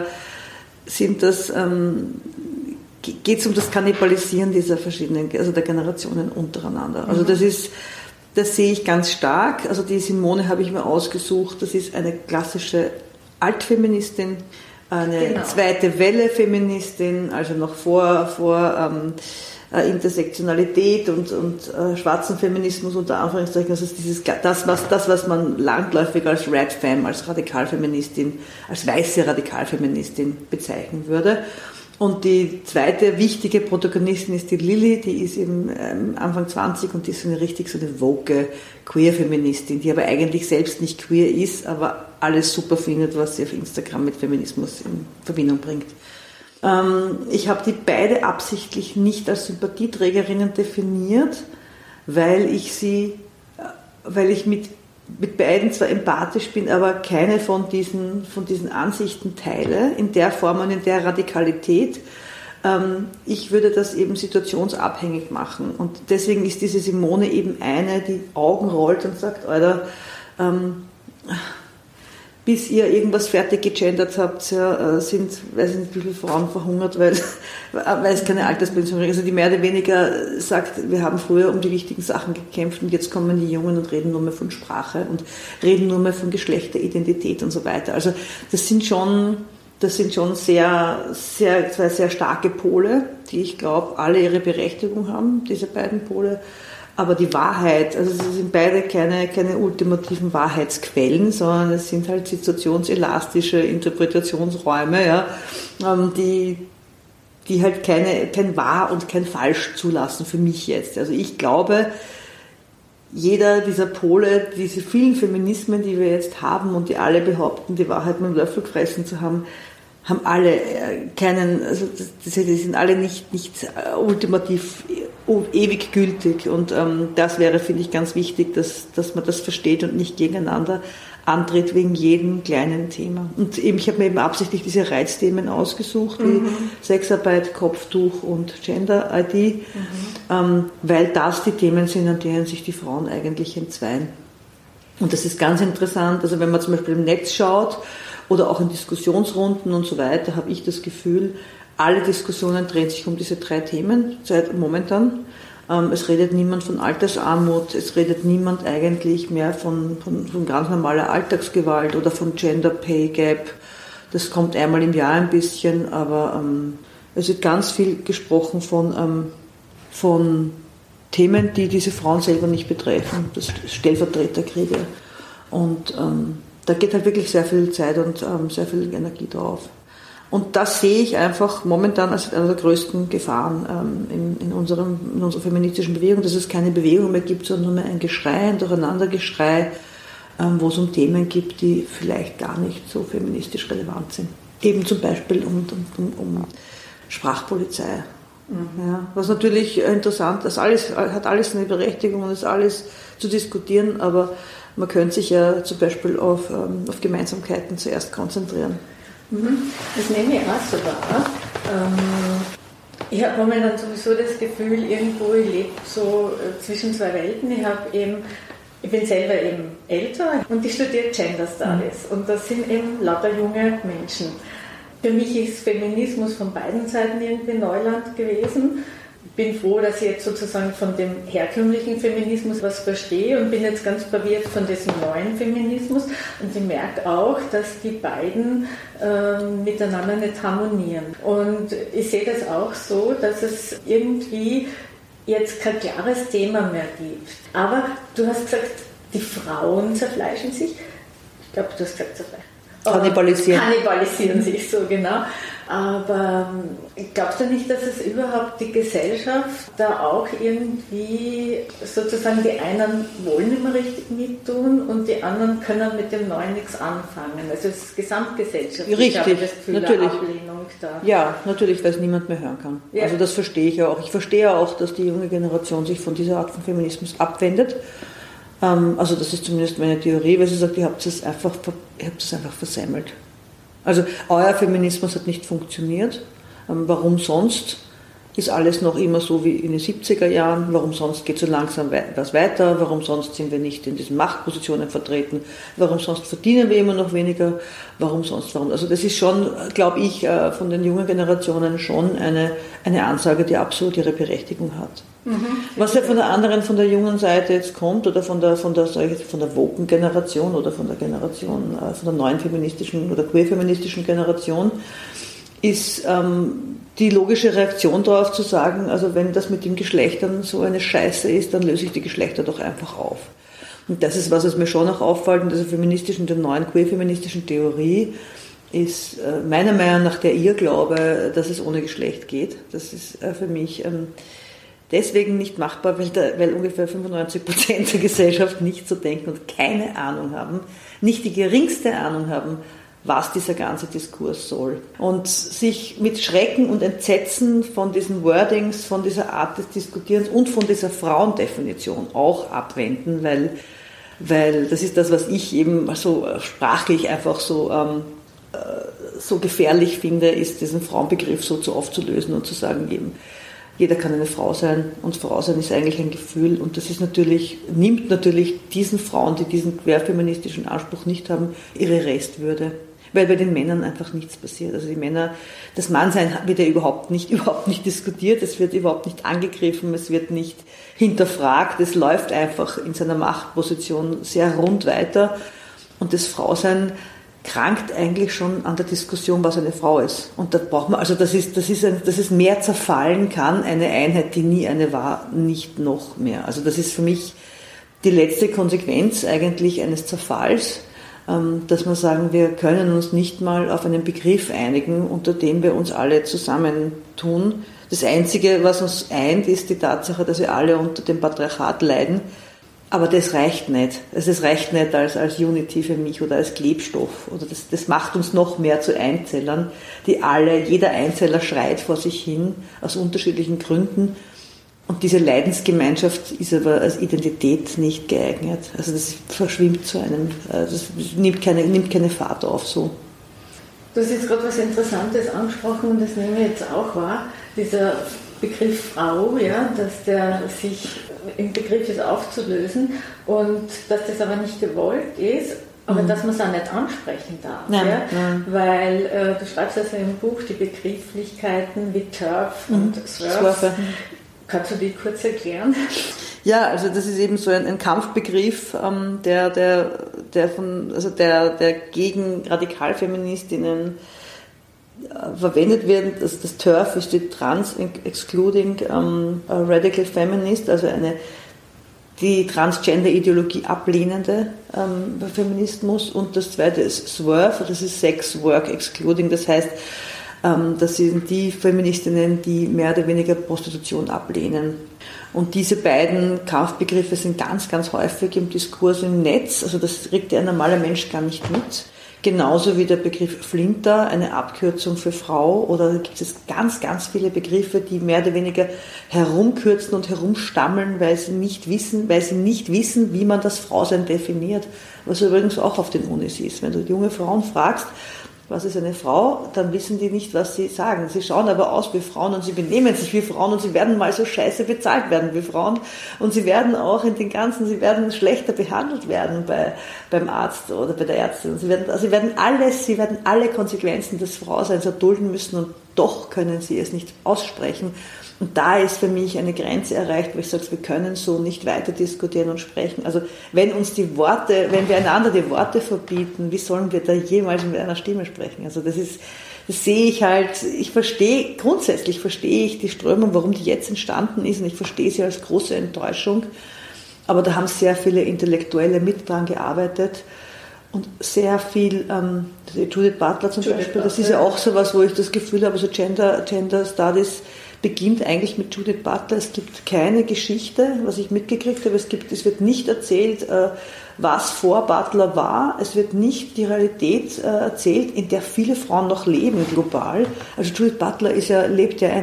geht es um das Kannibalisieren dieser verschiedenen, also der Generationen untereinander. Also das sehe ich ganz stark. Also die Simone habe ich mir ausgesucht. Das ist eine klassische Altfeministin, eine zweite Welle Feministin, also noch vor Intersektionalität und schwarzen Feminismus unter Anführungszeichen. Also das, was man landläufig als Red Femme, als Radikalfeministin, als weiße Radikalfeministin bezeichnen würde. Und die zweite wichtige Protagonistin ist die Lilly, die ist eben Anfang 20 und die ist so eine woke Queer-Feministin, die aber eigentlich selbst nicht queer ist, aber alles super findet, was sie auf Instagram mit Feminismus in Verbindung bringt. Ich habe die beide absichtlich nicht als Sympathieträgerinnen definiert, weil ich mit beiden zwar empathisch bin, aber keine von diesen Ansichten teile, in der Form und in der Radikalität. Ich würde das eben situationsabhängig machen. Und deswegen ist diese Simone eben eine, die Augen rollt und sagt, Alter, bis ihr irgendwas fertig gegendert habt, sind, weiß ich nicht, wie viele Frauen verhungert, weil es keine Alterspensionierung ist. Also die mehr oder weniger sagt, wir haben früher um die wichtigen Sachen gekämpft und jetzt kommen die Jungen und reden nur mehr von Sprache und reden nur mehr von Geschlechteridentität und so weiter. Also das sind schon sehr, sehr, zwei sehr starke Pole, die ich glaube, alle ihre Berechtigung haben, diese beiden Pole. Aber die Wahrheit, also es sind beide keine ultimativen Wahrheitsquellen, sondern es sind halt situationselastische Interpretationsräume, ja, die halt kein Wahr und kein Falsch zulassen für mich jetzt. Also ich glaube, jeder dieser Pole, diese vielen Feminismen, die wir jetzt haben und die alle behaupten, die Wahrheit mit dem Löffel gefressen zu haben alle also die sind alle nicht ultimativ ewig gültig und das wäre, finde ich, ganz wichtig, dass man das versteht und nicht gegeneinander antritt wegen jedem kleinen Thema. Und eben, ich habe mir eben absichtlich diese Reizthemen ausgesucht, wie Sexarbeit, Kopftuch und Gender-ID, weil das die Themen sind, an denen sich die Frauen eigentlich entzweien. Und das ist ganz interessant, also wenn man zum Beispiel im Netz schaut, oder auch in Diskussionsrunden und so weiter, habe ich das Gefühl, alle Diskussionen drehen sich um diese drei Themen momentan. Es redet niemand von Altersarmut, es redet niemand eigentlich mehr von ganz normaler Alltagsgewalt oder von Gender Pay Gap. Das kommt einmal im Jahr ein bisschen, aber es wird ganz viel gesprochen von Themen, die diese Frauen selber nicht betreffen. Das Stellvertreterkriege. Und da geht halt wirklich sehr viel Zeit und sehr viel Energie drauf. Und das sehe ich einfach momentan als eine der größten Gefahren in unserer feministischen Bewegung, dass es keine Bewegung mehr gibt, sondern nur mehr ein Geschrei, ein Durcheinandergeschrei, wo es um Themen gibt, die vielleicht gar nicht so feministisch relevant sind. Eben zum Beispiel um Sprachpolizei. Ja, was natürlich interessant ist, hat alles eine Berechtigung und ist alles zu diskutieren, aber man könnte sich ja zum Beispiel auf Gemeinsamkeiten zuerst konzentrieren. Das nehme ich auch so wahr. Ich habe momentan sowieso das Gefühl, irgendwo ich lebe so zwischen zwei Welten. Ich bin selber eben älter und ich studiere Gender Studies und das sind eben lauter junge Menschen. Für mich ist Feminismus von beiden Seiten irgendwie Neuland gewesen. Ich bin froh, dass ich jetzt sozusagen von dem herkömmlichen Feminismus was verstehe und bin jetzt ganz verwirrt von diesem neuen Feminismus. Und ich merke auch, dass die beiden miteinander nicht harmonieren. Und ich sehe das auch so, dass es irgendwie jetzt kein klares Thema mehr gibt. Aber du hast gesagt, die Frauen zerfleischen sich. Ich glaube, du hast gesagt, Kannibalisieren sich, so genau. Aber glaubst du nicht, dass es überhaupt die Gesellschaft da auch irgendwie sozusagen die einen wollen nicht mehr richtig mittun und die anderen können mit dem Neuen nichts anfangen? Also es ist gesamtgesellschaftlich. Richtig, ich habe das Gefühl, natürlich. Ablehnung da. Ja, natürlich, weil es niemand mehr hören kann. Ja. Also das verstehe ich auch. Ich verstehe auch, dass die junge Generation sich von dieser Art von Feminismus abwendet. Also das ist zumindest meine Theorie, weil sie sagt, ihr habt es einfach versemmelt. Also euer Feminismus hat nicht funktioniert. Warum sonst? ist alles noch immer so wie in den 70er Jahren? Warum sonst geht so langsam was weiter? Warum sonst sind wir nicht in diesen Machtpositionen vertreten? Warum sonst verdienen wir immer noch weniger? Warum? Also das ist schon, glaube ich, von den jungen Generationen schon eine Ansage, die absolut ihre Berechtigung hat. Was ja von der jungen Seite jetzt kommt, oder von der woken Generation oder von der Generation, von der neuen feministischen oder queer-feministischen Generation, ist die logische Reaktion darauf zu sagen, also wenn das mit den Geschlechtern so eine Scheiße ist, dann löse ich die Geschlechter doch einfach auf. Und das ist was mir schon auch auffällt in der neuen queer-feministischen Theorie, ist meiner Meinung nach der Irrglaube, dass es ohne Geschlecht geht. Das ist für mich deswegen nicht machbar, weil ungefähr 95% der Gesellschaft nicht so denken und keine Ahnung haben, nicht die geringste Ahnung haben, was dieser ganze Diskurs soll. Und sich mit Schrecken und Entsetzen von diesen Wordings, von dieser Art des Diskutierens und von dieser Frauendefinition auch abwenden, weil das ist das, was ich eben so sprachlich einfach so gefährlich finde, ist diesen Frauenbegriff so aufzulösen und zu sagen, jeder kann eine Frau sein und Frau sein ist eigentlich ein Gefühl und das ist nimmt natürlich diesen Frauen, die diesen querfeministischen Anspruch nicht haben, ihre Restwürde. Weil bei den Männern einfach nichts passiert. Also die Männer, das Mannsein wird ja überhaupt nicht diskutiert, es wird überhaupt nicht angegriffen, es wird nicht hinterfragt, es läuft einfach in seiner Machtposition sehr rund weiter und das Frausein krankt eigentlich schon an der Diskussion, was eine Frau ist. Und da braucht man, also dass es mehr zerfallen kann, eine Einheit, die nie eine war, nicht noch mehr. Also das ist für mich die letzte Konsequenz eigentlich eines Zerfalls, dass wir sagen, wir können uns nicht mal auf einen Begriff einigen, unter dem wir uns alle zusammentun. Das Einzige, was uns eint, ist die Tatsache, dass wir alle unter dem Patriarchat leiden. Aber das reicht nicht. Also das reicht nicht als Unity für mich oder als Klebstoff. Oder das macht uns noch mehr zu Einzellern, jeder Einzeller schreit vor sich hin, aus unterschiedlichen Gründen. Und diese Leidensgemeinschaft ist aber als Identität nicht geeignet. Also das verschwimmt das nimmt keine Fahrt auf so. Du hast jetzt gerade was Interessantes angesprochen und das nehme ich jetzt auch wahr. Dieser Begriff Frau, ja, dass der sich im Begriff ist aufzulösen und dass das aber nicht gewollt ist, aber dass man es auch nicht ansprechen darf. Nein, ja? nein. Weil du schreibst also im Buch die Begrifflichkeiten wie TERF und SWERF. Kannst du die kurz erklären? Ja, also das ist eben so ein Kampfbegriff, der gegen Radikalfeministinnen verwendet wird. Das TERF ist die Trans-Excluding Radical Feminist, also die Transgender-Ideologie ablehnende Feminismus. Und das zweite ist SWERF, das ist Sex Work Excluding, das heißt, das sind die Feministinnen, die mehr oder weniger Prostitution ablehnen. Und diese beiden Kampfbegriffe sind ganz, ganz häufig im Diskurs im Netz. Also das kriegt ein normaler Mensch gar nicht mit. Genauso wie der Begriff Flinter, eine Abkürzung für Frau. Oder da gibt es ganz, ganz viele Begriffe, die mehr oder weniger herumkürzen und herumstammeln, weil sie nicht wissen, wie man das Frausein definiert. Was übrigens auch auf den Unis ist. Wenn du junge Frauen fragst, was ist eine Frau, dann wissen die nicht, was sie sagen. Sie schauen aber aus wie Frauen und sie benehmen sich wie Frauen und sie werden mal so scheiße bezahlt werden wie Frauen und sie werden auch sie werden schlechter behandelt werden beim Arzt oder bei der Ärztin. Sie werden alle Konsequenzen des Frauseins erdulden müssen und doch können sie es nicht aussprechen. Und da ist für mich eine Grenze erreicht, wo ich sage, wir können so nicht weiter diskutieren und sprechen. Also wenn wir einander die Worte verbieten, wie sollen wir da jemals mit einer Stimme sprechen? Also das sehe ich halt, grundsätzlich verstehe ich die Strömung, warum die jetzt entstanden ist und ich verstehe sie als große Enttäuschung. Aber da haben sehr viele Intellektuelle mit dran gearbeitet. Und sehr viel, Judith Butler zum Beispiel, das ist ja auch so was, wo ich das Gefühl habe, so Gender Studies beginnt eigentlich mit Judith Butler. Es gibt keine Geschichte, was ich mitgekriegt habe. Es wird nicht erzählt, was vor Butler war. Es wird nicht die Realität erzählt, in der viele Frauen noch leben global. Also Judith Butler es ist ja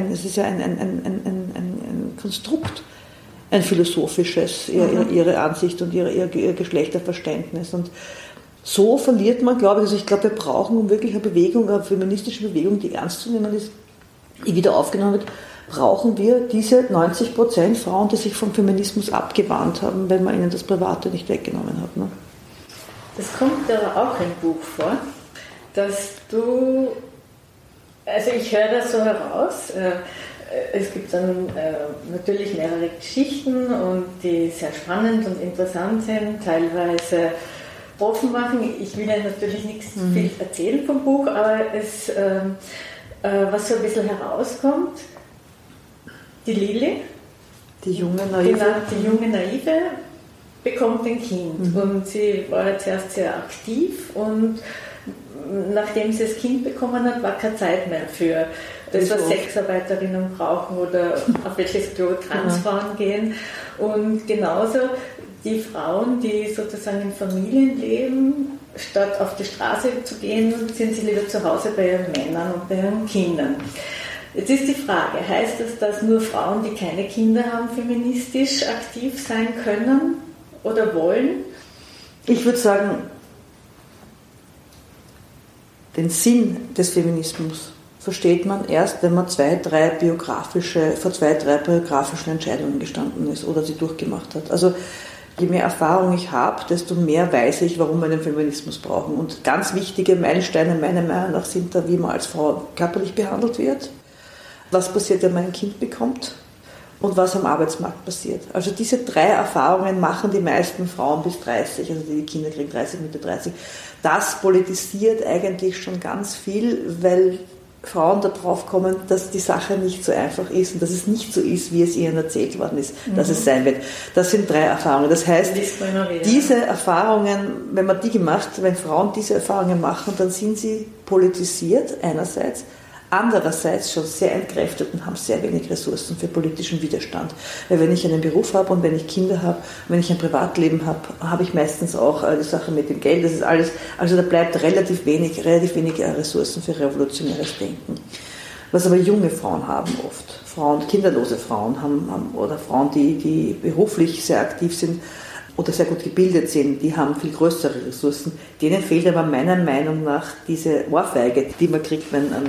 ein Konstrukt, ein philosophisches, ihre Ansicht und ihr Geschlechterverständnis. Und so verliert man, glaube ich, also ich glaube, wir brauchen, um wirklich eine feministische Bewegung, die ernst zu nehmen ist, die wieder aufgenommen wird, brauchen wir diese 90% Frauen, die sich vom Feminismus abgewandt haben, wenn man ihnen das Private nicht weggenommen hat. Ne? Das kommt aber auch im Buch vor, dass du, also ich höre das so heraus, es gibt dann natürlich mehrere Geschichten und die sehr spannend und interessant sind, teilweise offen machen. Ich will ja natürlich nichts viel erzählen vom Buch, aber es, was so ein bisschen herauskommt, die Lili, die junge Naive, genau, die junge Naive bekommt ein Kind und sie war ja zuerst sehr aktiv und nachdem sie das Kind bekommen hat, war keine Zeit mehr für das, was Sexarbeiterinnen brauchen oder auf welches Klo Transfrauen gehen. Und genauso die Frauen, die sozusagen in Familien leben, statt auf die Straße zu gehen, sind sie lieber zu Hause bei ihren Männern und bei ihren Kindern. Jetzt ist die Frage, heißt das, dass nur Frauen, die keine Kinder haben, feministisch aktiv sein können oder wollen? Ich würde sagen, den Sinn des Feminismus versteht man erst, wenn man vor zwei, drei biografischen Entscheidungen gestanden ist oder sie durchgemacht hat. Also je mehr Erfahrung ich habe, desto mehr weiß ich, warum wir den Feminismus brauchen. Und ganz wichtige Meilensteine meiner Meinung nach sind da, wie man als Frau körperlich behandelt wird, was passiert, wenn man ein Kind bekommt und was am Arbeitsmarkt passiert. Also diese drei Erfahrungen machen die meisten Frauen bis 30, also die Kinder kriegen 30, Mitte 30. Das politisiert eigentlich schon ganz viel, weil Frauen darauf kommen, dass die Sache nicht so einfach ist und dass es nicht so ist, wie es ihnen erzählt worden ist, dass es sein wird. Das sind drei Erfahrungen. Das heißt, diese Erfahrungen, wenn Frauen diese Erfahrungen machen, dann sind sie politisiert einerseits, andererseits schon sehr entkräftet und haben sehr wenig Ressourcen für politischen Widerstand. Weil wenn ich einen Beruf habe und wenn ich Kinder habe, wenn ich ein Privatleben habe, habe ich meistens auch die Sache mit dem Geld. Das ist alles, also da bleibt relativ wenig Ressourcen für revolutionäres Denken. Was aber junge Frauen haben oft, kinderlose Frauen haben oder Frauen, die beruflich sehr aktiv sind oder sehr gut gebildet sind, die haben viel größere Ressourcen. Denen fehlt aber meiner Meinung nach diese Ohrfeige, die man kriegt,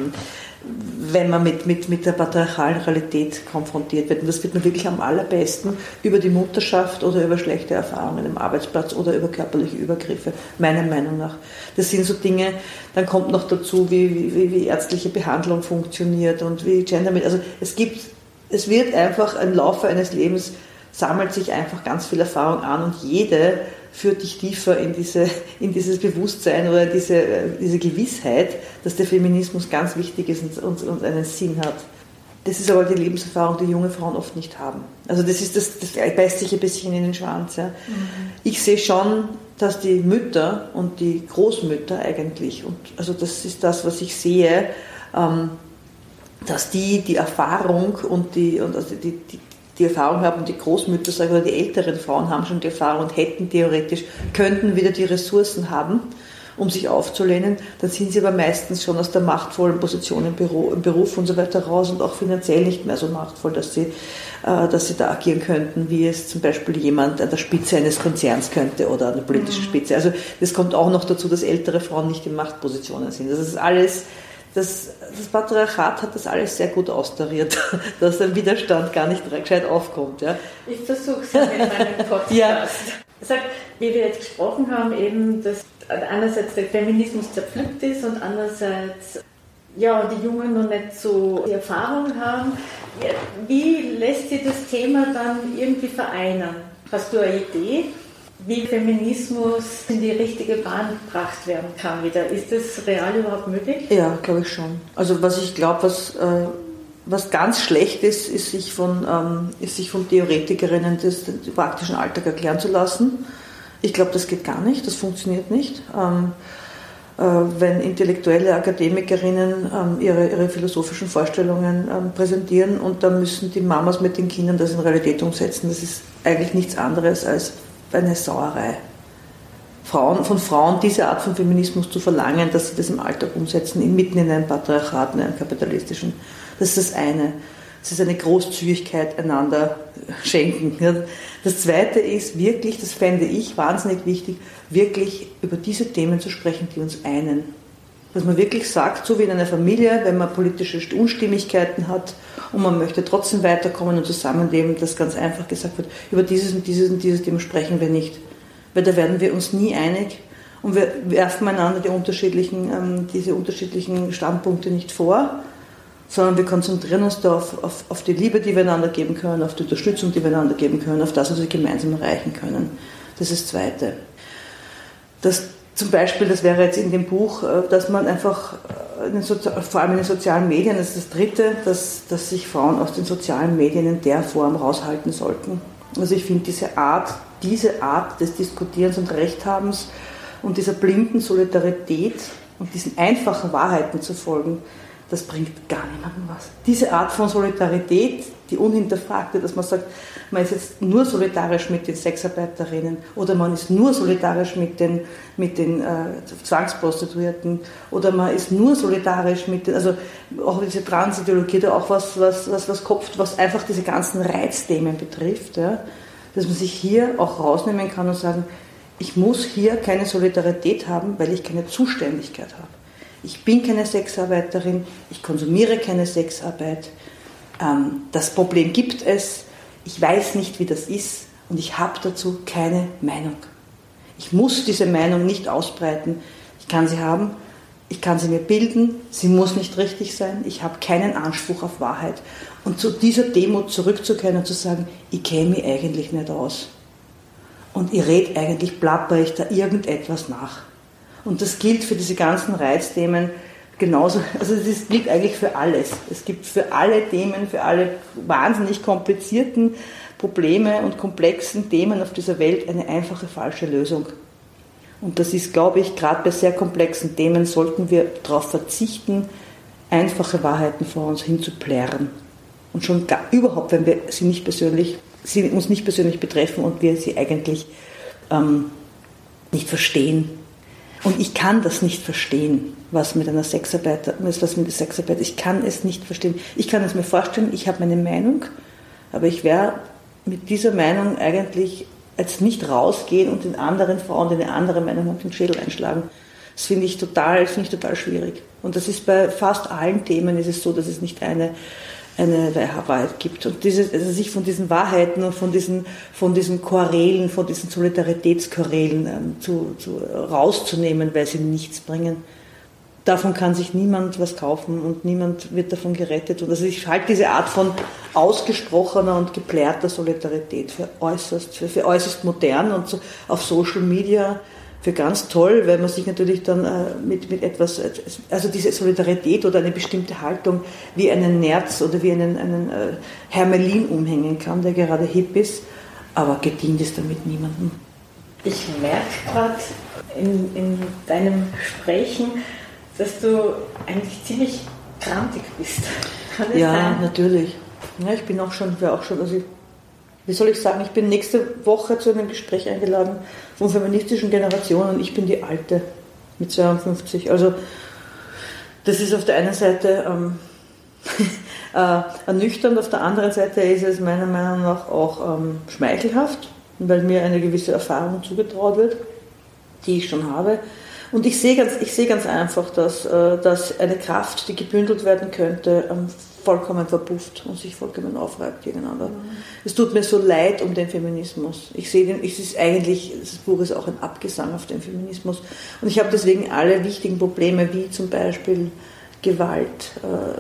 wenn man mit der patriarchalen Realität konfrontiert wird. Und das wird man wirklich am allerbesten über die Mutterschaft oder über schlechte Erfahrungen am Arbeitsplatz oder über körperliche Übergriffe, meiner Meinung nach. Das sind so Dinge, dann kommt noch dazu, wie ärztliche Behandlung funktioniert und wie Gender... Also es wird einfach im Laufe eines Lebens sammelt sich einfach ganz viel Erfahrung an und jede führt dich tiefer in dieses Bewusstsein oder diese Gewissheit, dass der Feminismus ganz wichtig ist und einen Sinn hat. Das ist aber die Lebenserfahrung, die junge Frauen oft nicht haben. Also das beißt sich ein bisschen in den Schwanz. Ja. Ich sehe schon, dass die Mütter und die Großmütter eigentlich, und also das ist das, was ich sehe, dass die Erfahrung und die Erfahrung haben, und die Großmütter sagen, oder die älteren Frauen haben schon die Erfahrung und könnten wieder die Ressourcen haben, um sich aufzulehnen, dann sind sie aber meistens schon aus der machtvollen Position im Beruf und so weiter raus und auch finanziell nicht mehr so machtvoll, dass sie da agieren könnten, wie es zum Beispiel jemand an der Spitze eines Konzerns könnte oder an der politischen Spitze. Also das kommt auch noch dazu, dass ältere Frauen nicht in Machtpositionen sind. Das ist alles... Das Patriarchat hat das alles sehr gut austariert, dass ein Widerstand gar nicht gescheit aufkommt. Ja. Ich versuche es ja mit meinem Podcast. Ja. Sagt, wie wir jetzt gesprochen haben, eben, dass einerseits der Feminismus zerpflückt ist und andererseits die Jungen noch nicht so die Erfahrung haben. Wie lässt sich das Thema dann irgendwie vereinen? Hast du eine Idee, wie Feminismus in die richtige Bahn gebracht werden kann wieder? Ist das real überhaupt möglich? Ja, glaube ich schon. Also was ich glaube, was ganz schlecht ist, ist sich von Theoretikerinnen den praktischen Alltag erklären zu lassen. Ich glaube, das geht gar nicht, das funktioniert nicht. Wenn intellektuelle Akademikerinnen ihre philosophischen Vorstellungen präsentieren und dann müssen die Mamas mit den Kindern das in Realität umsetzen, das ist eigentlich nichts anderes als eine Sauerei. Von Frauen diese Art von Feminismus zu verlangen, dass sie das im Alltag umsetzen, mitten in einem Patriarchat, in einem kapitalistischen. Das ist das eine. Das ist eine Großzügigkeit einander schenken. Das zweite ist wirklich, das fände ich wahnsinnig wichtig, wirklich über diese Themen zu sprechen, die uns einen. Dass man wirklich sagt, so wie in einer Familie, wenn man politische Unstimmigkeiten hat und man möchte trotzdem weiterkommen und zusammenleben, dass ganz einfach gesagt wird, über dieses und dieses und dieses Thema sprechen wir nicht. Weil da werden wir uns nie einig und wir werfen einander diese unterschiedlichen Standpunkte nicht vor, sondern wir konzentrieren uns da auf die Liebe, die wir einander geben können, auf die Unterstützung, die wir einander geben können, auf das, was wir gemeinsam erreichen können. Das ist das Zweite. Zum Beispiel, das wäre jetzt in dem Buch, dass man einfach, vor allem in den sozialen Medien, das ist das Dritte, dass sich Frauen aus den sozialen Medien in der Form raushalten sollten. Also ich finde diese Art des Diskutierens und Rechthabens und dieser blinden Solidarität und diesen einfachen Wahrheiten zu folgen, das bringt gar niemandem was. Diese Art von Solidarität, die unhinterfragte, dass man sagt, man ist jetzt nur solidarisch mit den Sexarbeiterinnen oder man ist nur solidarisch mit den Zwangsprostituierten oder man ist nur solidarisch mit den, also auch diese Transideologie, da auch was kopft, was einfach diese ganzen Reizthemen betrifft, ja, dass man sich hier auch rausnehmen kann und sagen, ich muss hier keine Solidarität haben, weil ich keine Zuständigkeit habe. Ich bin keine Sexarbeiterin, ich konsumiere keine Sexarbeit, das Problem gibt es, ich weiß nicht, wie das ist und ich habe dazu keine Meinung. Ich muss diese Meinung nicht ausbreiten, ich kann sie haben, ich kann sie mir bilden, sie muss nicht richtig sein, ich habe keinen Anspruch auf Wahrheit. Und zu dieser Demut zurückzukehren und zu sagen, ich kenne mich eigentlich nicht aus und ich rede eigentlich, plapper ich da irgendetwas nach. Und das gilt für diese ganzen Reizthemen genauso, also das gilt eigentlich für alles. Es gibt für alle Themen, für alle wahnsinnig komplizierten Probleme und komplexen Themen auf dieser Welt eine einfache, falsche Lösung. Und das ist, glaube ich, gerade bei sehr komplexen Themen sollten wir darauf verzichten, einfache Wahrheiten vor uns hinzuplärren. Und schon überhaupt, wenn wir sie uns nicht persönlich betreffen und wir sie eigentlich nicht verstehen. Und ich kann das nicht verstehen, was mit der Sexarbeit, ich kann es nicht verstehen. Ich kann es mir vorstellen, ich habe meine Meinung, aber ich werde mit dieser Meinung eigentlich jetzt nicht rausgehen und den anderen Frauen, die eine andere Meinung haben, den Schädel einschlagen. Das finde ich total schwierig. Und das ist bei fast allen Themen ist es so, dass es nicht eine Wahrheit gibt. Und sich von diesen Wahrheiten und von diesen Chorälen, von diesen Solidaritätschorälen rauszunehmen, weil sie nichts bringen. Davon kann sich niemand was kaufen und niemand wird davon gerettet. Und also ich halte diese Art von ausgesprochener und geplärter Solidarität für äußerst modern und auf Social Media für ganz toll, weil man sich natürlich dann mit etwas, also diese Solidarität oder eine bestimmte Haltung wie einen Nerz oder wie einen Hermelin umhängen kann, der gerade hip ist, aber gedient ist damit niemandem. Ich merke gerade in deinem Sprechen, dass du eigentlich ziemlich grantig bist. Kann das sein? Natürlich. Ja, ich bin auch schon, also wie soll ich sagen, ich bin nächste Woche zu einem Gespräch eingeladen von feministischen Generationen und ich bin die Alte mit 52. Also das ist auf der einen Seite ernüchternd, auf der anderen Seite ist es meiner Meinung nach auch schmeichelhaft, weil mir eine gewisse Erfahrung zugetraut wird, die ich schon habe. Und ich sehe ganz einfach, dass eine Kraft, die gebündelt werden könnte, vollkommen verpufft und sich vollkommen aufreibt gegeneinander. Es tut mir so leid um den Feminismus. Ich sehe das Buch ist auch ein Abgesang auf den Feminismus. Und ich habe deswegen alle wichtigen Probleme, wie zum Beispiel Gewalt,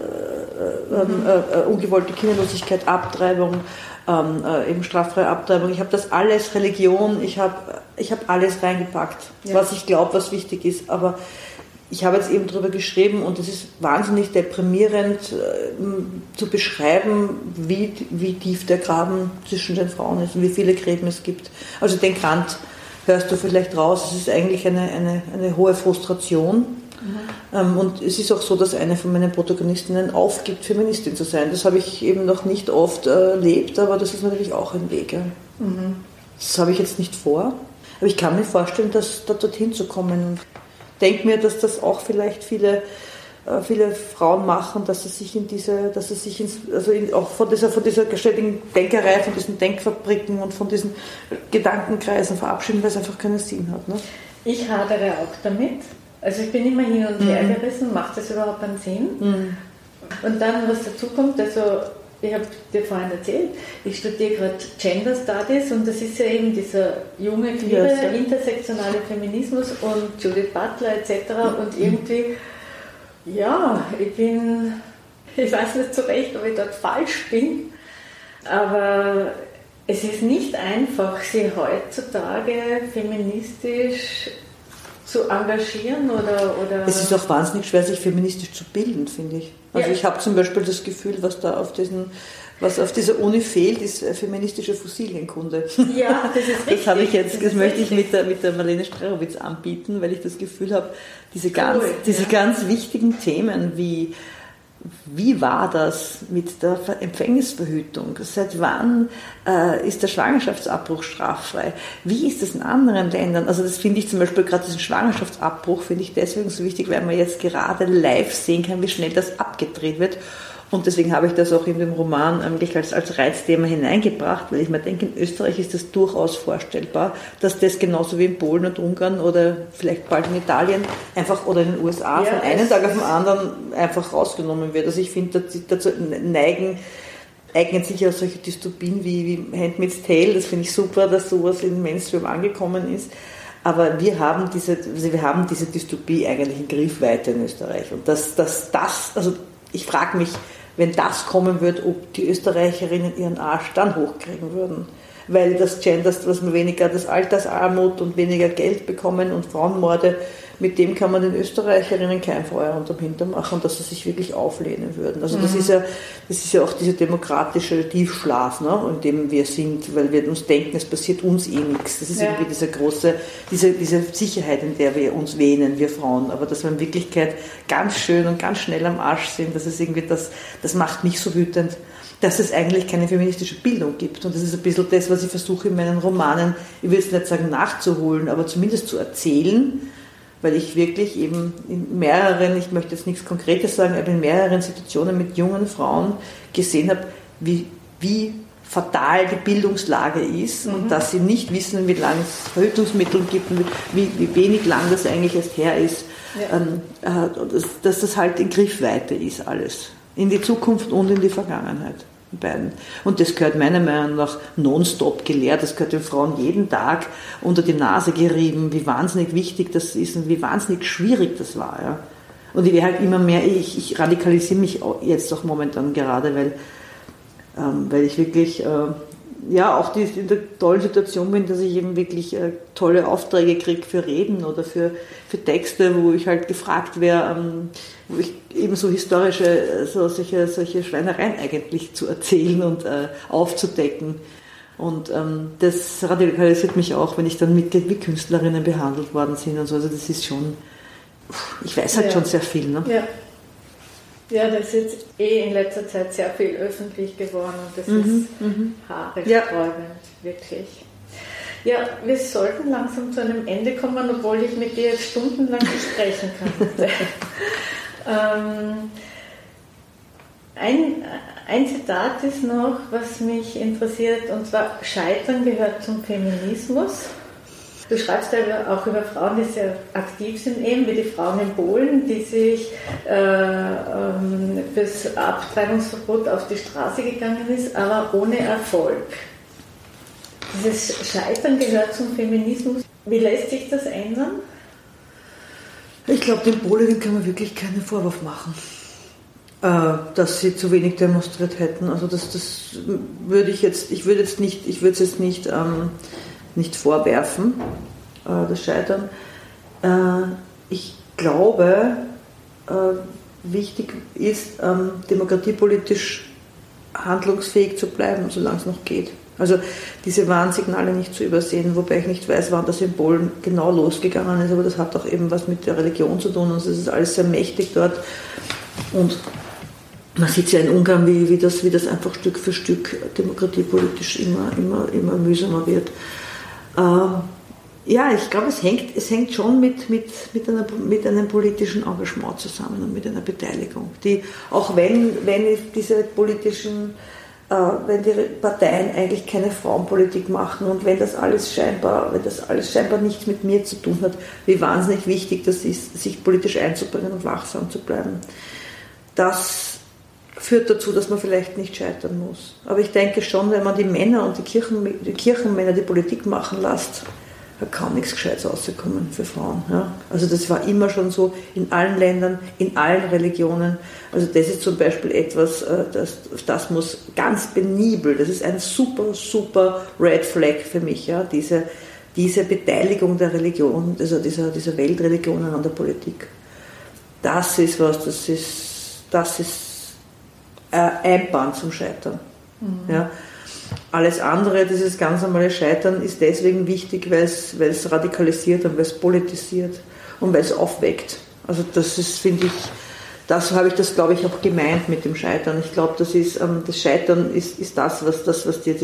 ungewollte Kinderlosigkeit, Abtreibung, eben straffreie Abtreibung. Ich habe das alles, Religion, ich habe alles reingepackt, was ich glaube, was wichtig ist. Aber ich habe jetzt eben darüber geschrieben und es ist wahnsinnig deprimierend zu beschreiben, wie tief der Graben zwischen den Frauen ist und wie viele Gräben es gibt. Also den Grant hörst du vielleicht raus, es ist eigentlich eine hohe Frustration. Und es ist auch so, dass eine von meinen Protagonistinnen aufgibt, Feministin zu sein. Das habe ich eben noch nicht oft erlebt, aber das ist natürlich auch ein Weg. Ja. Das habe ich jetzt nicht vor, aber ich kann mir vorstellen, dass da dorthin zu kommen. Ich denke mir, dass das auch vielleicht viele Frauen machen, dass sie sich auch von dieser geständigen Denkerei, von diesen Denkfabriken und von diesen Gedankenkreisen verabschieden, weil es einfach keinen Sinn hat. Ne? Ich hadere auch damit. Also ich bin immer hin und her gerissen, macht das überhaupt einen Sinn? Und dann, was dazu kommt, also ich habe dir vorhin erzählt, ich studiere gerade Gender Studies und das ist ja eben dieser junge, queere, intersektionale Feminismus und Judith Butler etc. Und irgendwie, ja, ich weiß nicht so recht, ob ich dort falsch bin, aber es ist nicht einfach, sich heutzutage feministisch zu engagieren oder... Es ist auch wahnsinnig schwer, sich feministisch zu bilden, finde ich. Also ich habe zum Beispiel das Gefühl, was auf dieser Uni fehlt, ist feministische Fossilienkunde. Ja, das ist richtig. Das möchte ich mit der Marlene Strerowitz anbieten, weil ich das Gefühl habe, diese ganz wichtigen Themen wie war das mit der Empfängnisverhütung? Seit wann ist der Schwangerschaftsabbruch straffrei? Wie ist das in anderen Ländern? Also das finde ich zum Beispiel, gerade diesen Schwangerschaftsabbruch finde ich deswegen so wichtig, weil man jetzt gerade live sehen kann, wie schnell das abgedreht wird. Und deswegen habe ich das auch in dem Roman eigentlich als Reizthema hineingebracht, weil ich mir denke, in Österreich ist das durchaus vorstellbar, dass das genauso wie in Polen und Ungarn oder vielleicht bald in Italien einfach oder in den USA von einem Tag auf den anderen einfach rausgenommen wird. Also ich finde, dazu eignen sich ja solche Dystopien wie Handmaid's Tale, das finde ich super, dass sowas in Mainstream angekommen ist. Aber wir haben diese Dystopie eigentlich in Griffweite in Österreich. Und also ich frage mich, wenn das kommen wird, ob die Österreicherinnen ihren Arsch dann hochkriegen würden. Weil das Gender, was wir weniger das Altersarmut und weniger Geld bekommen und Frauenmorde, mit dem kann man den Österreicherinnen kein Feuer unterm Hintern machen, dass sie sich wirklich auflehnen würden. Also das ist ja auch dieser demokratische Tiefschlaf, ne, in dem wir sind, weil wir uns denken, es passiert uns eh nichts. Das ist irgendwie diese Sicherheit, in der wir uns wähnen, wir Frauen. Aber dass wir in Wirklichkeit ganz schön und ganz schnell am Arsch sind, das ist irgendwie das macht mich so wütend, dass es eigentlich keine feministische Bildung gibt. Und das ist ein bisschen das, was ich versuche in meinen Romanen, ich will es nicht sagen nachzuholen, aber zumindest zu erzählen, weil ich wirklich eben ich möchte jetzt nichts Konkretes sagen, aber in mehreren Situationen mit jungen Frauen gesehen habe, wie fatal die Bildungslage ist und dass sie nicht wissen, wie lange es Verhütungsmittel gibt und wie wenig lang das eigentlich erst her ist. Ja. Dass das halt in Griffweite ist alles. In die Zukunft und in die Vergangenheit. Beiden. Und das gehört meiner Meinung nach nonstop gelehrt, das gehört den Frauen jeden Tag unter die Nase gerieben, wie wahnsinnig wichtig das ist und wie wahnsinnig schwierig das war. Ja. Und ich werde halt immer mehr, ich radikalisiere mich jetzt auch momentan gerade, weil ich wirklich auch in der tollen Situation bin, dass ich eben wirklich tolle Aufträge kriege für Reden oder für Texte, wo ich halt gefragt werde, wo ich eben so historische, solche Schweinereien eigentlich zu erzählen und aufzudecken. Und das radikalisiert mich auch, wenn ich dann Mitglied wie Künstlerinnen behandelt worden sind und so. Also das ist schon, ich weiß halt schon sehr viel. Ne? Ja. Ja, das ist jetzt in letzter Zeit sehr viel öffentlich geworden und das ist haarsträubend, wirklich. Ja, wir sollten langsam zu einem Ende kommen, obwohl ich mit dir jetzt stundenlang sprechen kann. Ein Zitat ist noch, was mich interessiert, und zwar: Scheitern gehört zum Feminismus. Du schreibst ja auch über Frauen, die sehr aktiv sind, eben wie die Frauen in Polen, die sich fürs Abtreibungsverbot auf die Straße gegangen ist, aber ohne Erfolg. Dieses Scheitern gehört zum Feminismus. Wie lässt sich das ändern? Ich glaube, den Polen kann man wirklich keinen Vorwurf machen, dass sie zu wenig demonstriert hätten. Also das würde ich jetzt nicht vorwerfen, das Scheitern. Ich glaube, wichtig ist, demokratiepolitisch handlungsfähig zu bleiben, solange es noch geht. Also diese Warnsignale nicht zu übersehen, wobei ich nicht weiß, wann das in Polen genau losgegangen ist, aber das hat auch eben was mit der Religion zu tun und es ist alles sehr mächtig dort. Und man sieht ja in Ungarn, wie das einfach Stück für Stück demokratiepolitisch immer mühsamer wird. Ich glaube, es hängt schon mit einem politischen Engagement zusammen und mit einer Beteiligung, die, auch wenn diese politischen wenn die Parteien eigentlich keine Frauenpolitik machen und wenn das alles scheinbar nichts mit mir zu tun hat, wie wahnsinnig wichtig das ist, sich politisch einzubringen und wachsam zu bleiben. Das führt dazu, dass man vielleicht nicht scheitern muss. Aber ich denke schon, wenn man die Männer und die Kirchenmänner die Politik machen lässt, da kann nichts Gescheites rauskommen für Frauen. Ja. Also das war immer schon so in allen Ländern, in allen Religionen. Also das ist zum Beispiel etwas, das muss ganz penibel, das ist ein super, super Red Flag für mich, ja, diese Beteiligung der Religion, also dieser Weltreligionen an der Politik. Das ist Einbahn zum Scheitern. Mhm. Ja. Alles andere, dieses ganz normale Scheitern, ist deswegen wichtig, weil es radikalisiert und weil es politisiert und weil es aufweckt. Also das ist, finde ich, das habe ich das, glaube ich, auch gemeint mit dem Scheitern. Ich glaube, das Scheitern ist das, was dir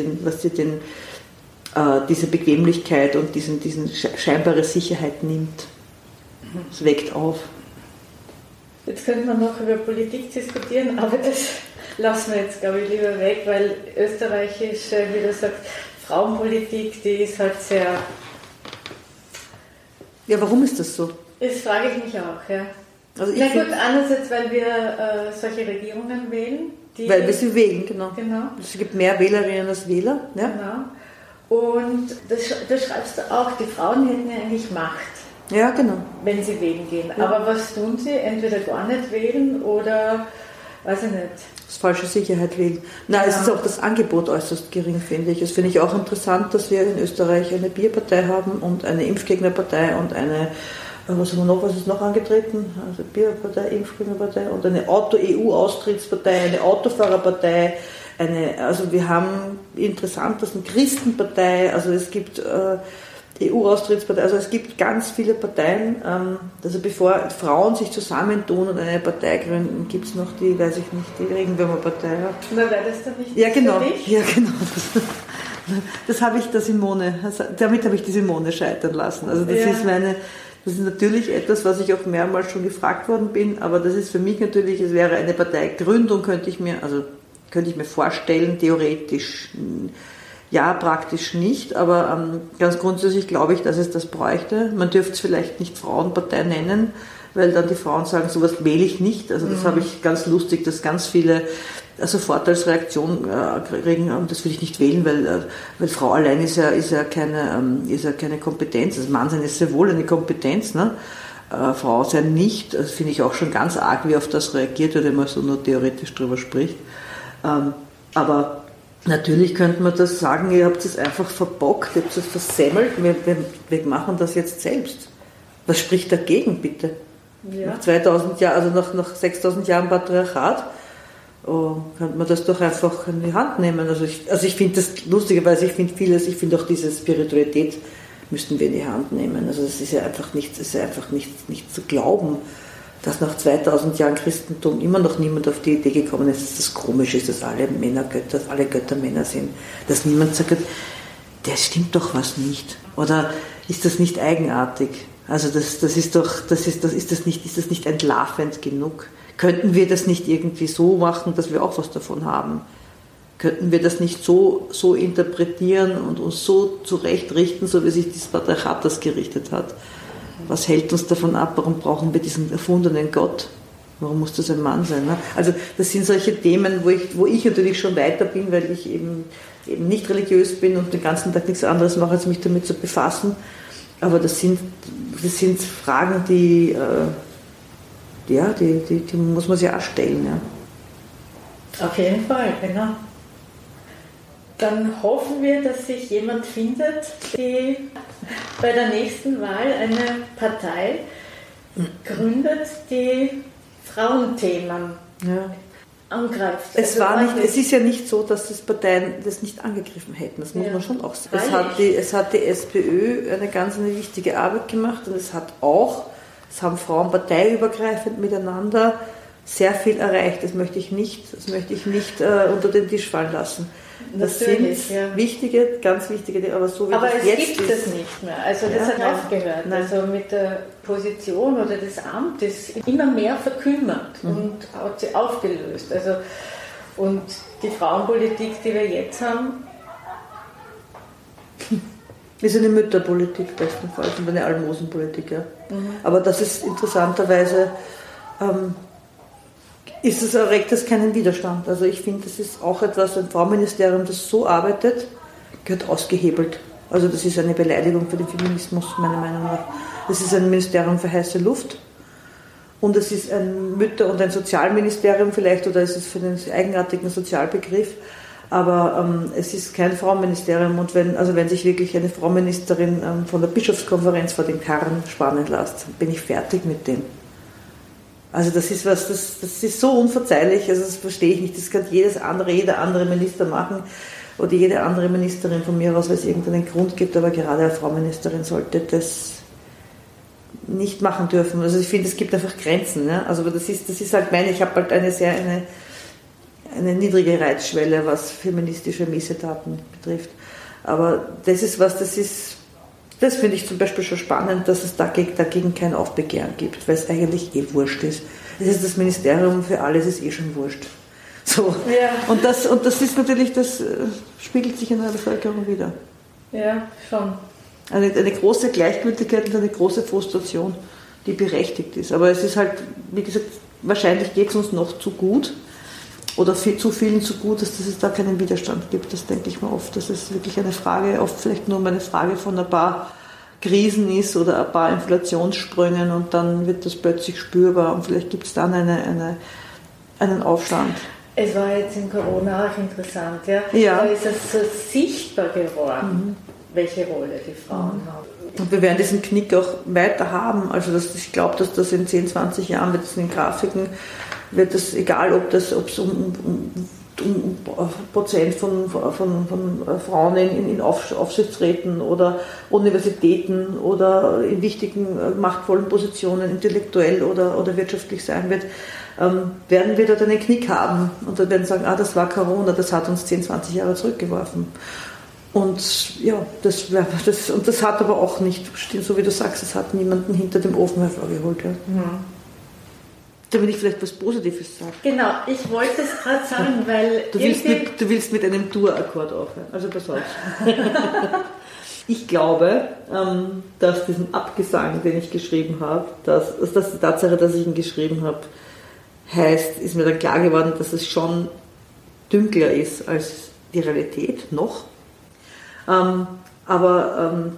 diese Bequemlichkeit und diese scheinbare Sicherheit nimmt. Es weckt auf. Jetzt könnte man noch über Politik diskutieren, aber das lassen wir jetzt, glaube ich, lieber weg, weil österreichisch, wie du sagst, Frauenpolitik, die ist halt sehr... Ja, warum ist das so? Das frage ich mich auch, ja. Also na gut, einerseits, weil wir solche Regierungen wählen. Weil wir sie wählen, genau. Es gibt mehr Wählerinnen als Wähler. Ja? Genau. Und das schreibst du auch, die Frauen hätten ja eigentlich Macht. Ja, genau. Wenn sie wählen gehen. Ja. Aber was tun sie? Entweder gar nicht wählen oder, weiß ich nicht. Das falsche Sicherheit wählen. Nein, ja. Es ist auch das Angebot äußerst gering, finde ich. Das finde ich auch interessant, dass wir in Österreich eine Bierpartei haben und eine Impfgegnerpartei und eine, was ist noch angetreten? Also Bierpartei, Impfgegnerpartei und eine EU-Austrittspartei, eine Autofahrerpartei, also wir haben interessant, das ist eine Christenpartei, also es gibt EU-Austrittspartei, also es gibt ganz viele Parteien, also bevor Frauen sich zusammentun und eine Partei gründen, gibt es noch die, weiß ich nicht, die Regenwürmer Partei. Ja. Na, wäre das dann nicht ja, genau. für dich? Ja, genau. Damit habe ich die Simone scheitern lassen. Also das ist natürlich etwas, was ich auch mehrmals schon gefragt worden bin, aber das ist für mich natürlich, es wäre eine Parteigründung, könnte ich mir vorstellen, theoretisch. Ja, praktisch nicht, aber ganz grundsätzlich glaube ich, dass es das bräuchte. Man dürfte es vielleicht nicht Frauenpartei nennen, weil dann die Frauen sagen, sowas wähle ich nicht. Also das habe ich ganz lustig, dass ganz viele sofort als Reaktion kriegen, das will ich nicht wählen, weil Frau allein ist ja keine Kompetenz. Also Mann sein ist sehr wohl eine Kompetenz, ne? Frau sein nicht. Das finde ich auch schon ganz arg, wie auf das reagiert wird, wenn man so nur theoretisch drüber spricht. Aber natürlich könnte man das sagen, ihr habt es einfach verbockt, ihr habt es versemmelt, wir machen das jetzt selbst. Was spricht dagegen, bitte? Ja. Nach 2000 Jahren, also nach 6000 Jahren Patriarchat, könnte man das doch einfach in die Hand nehmen. Also ich finde das lustigerweise, ich finde auch diese Spiritualität müssten wir in die Hand nehmen. Also das ist ja einfach nicht zu glauben, dass nach 2000 Jahren Christentum immer noch niemand auf die Idee gekommen ist, dass das komisch ist, dass alle Götter Männer sind. Dass niemand sagt, das stimmt doch was nicht. Oder ist das nicht eigenartig? Also ist das nicht entlarvend genug? Könnten wir das nicht irgendwie so machen, dass wir auch was davon haben? Könnten wir das nicht so interpretieren und uns so zurechtrichten, so wie sich das Patriarchat das gerichtet hat? Was hält uns davon ab? Warum brauchen wir diesen erfundenen Gott? Warum muss das ein Mann sein? Ne? Also das sind solche Themen, wo ich natürlich schon weiter bin, weil ich eben nicht religiös bin und den ganzen Tag nichts anderes mache, als mich damit zu befassen. Aber das sind Fragen, die muss man sich auch stellen. Ja. Auf jeden Fall, genau. Dann hoffen wir, dass sich jemand findet, die bei der nächsten Wahl eine Partei gründet, die Frauenthemen angreift. Es ist ja nicht so, dass das Parteien das nicht angegriffen hätten. Das muss man schon auch sagen. Es hat die SPÖ eine ganz wichtige Arbeit gemacht und es haben Frauen parteiübergreifend miteinander sehr viel erreicht. Das möchte ich nicht unter den Tisch fallen lassen. Das natürlich, sind ganz wichtige, aber so wie aber das jetzt ist. Aber es gibt es nicht mehr. Also das hat aufgehört. Nein. Also mit der Position oder das Amt ist immer mehr verkümmert und hat sie aufgelöst. Also und die Frauenpolitik, die wir jetzt haben? Ist eine Mütterpolitik bestenfalls und eine Almosenpolitik, ja. Aber das ist interessanterweise, erregt das keinen Widerstand. Also ich finde, das ist auch etwas, ein Frauenministerium, das so arbeitet, gehört ausgehebelt. Also das ist eine Beleidigung für den Feminismus, meiner Meinung nach. Das ist ein Ministerium für heiße Luft. Und es ist ein Mütter- und ein Sozialministerium vielleicht, oder es ist für den eigenartigen Sozialbegriff. Aber es ist kein Frauenministerium, und wenn sich wirklich eine Frauenministerin von der Bischofskonferenz vor den Karren spannen lässt, bin ich fertig mit dem. Also das ist was, das ist so unverzeihlich, also das verstehe ich nicht. Das kann jeder andere Minister machen oder jede andere Ministerin von mir aus, weil es irgendeinen Grund gibt, aber gerade eine Frauenministerin sollte das nicht machen dürfen. Also ich finde, es gibt einfach Grenzen. Ne? Also das ist halt ich habe halt eine niedrige Reizschwelle, was feministische Missetaten betrifft. Aber das finde ich zum Beispiel schon spannend, dass es dagegen kein Aufbegehren gibt, weil es eigentlich wurscht ist. Es ist das Ministerium für alles, ist schon wurscht. So. Ja. Und das ist natürlich, das spiegelt sich in der Bevölkerung wieder. Ja, schon. Eine große Gleichgültigkeit und eine große Frustration, die berechtigt ist. Aber es ist halt, wie gesagt, wahrscheinlich geht es uns noch zu gut oder zu vielen zu gut, dass es da keinen Widerstand gibt. Das denke ich mir oft. Das ist wirklich eine Frage, oft vielleicht nur eine Frage von ein paar Krisen ist oder ein paar Inflationssprüngen, und dann wird das plötzlich spürbar und vielleicht gibt es dann einen Aufstand. Es war jetzt in Corona auch interessant, ja? Ja. Da ist es so sichtbar geworden, welche Rolle die Frauen haben. Und wir werden diesen Knick auch weiter haben. Also ich glaube, dass das in 10, 20 Jahren wird es in den Grafiken, wird es, egal ob es um Prozent von Frauen in Aufsichtsräten oder Universitäten oder in wichtigen, machtvollen Positionen, intellektuell oder wirtschaftlich sein wird, werden wir dort einen Knick haben. Und dann werden sagen, das war Corona, das hat uns 10, 20 Jahre zurückgeworfen. Und ja, das hat aber auch nicht, so wie du sagst, es hat niemanden hinter dem Ofen hervorgeholt. Ja. Damit ich vielleicht was Positives sage. Genau, ich wollte es gerade sagen, weil... Du willst mit einem Dur-Akkord aufhören, also pass auf. Ich glaube, dass diesen Abgesang, den ich geschrieben habe, dass die Tatsache, dass ich ihn geschrieben habe, ist mir dann klar geworden, dass es schon dünkler ist als die Realität, noch. Aber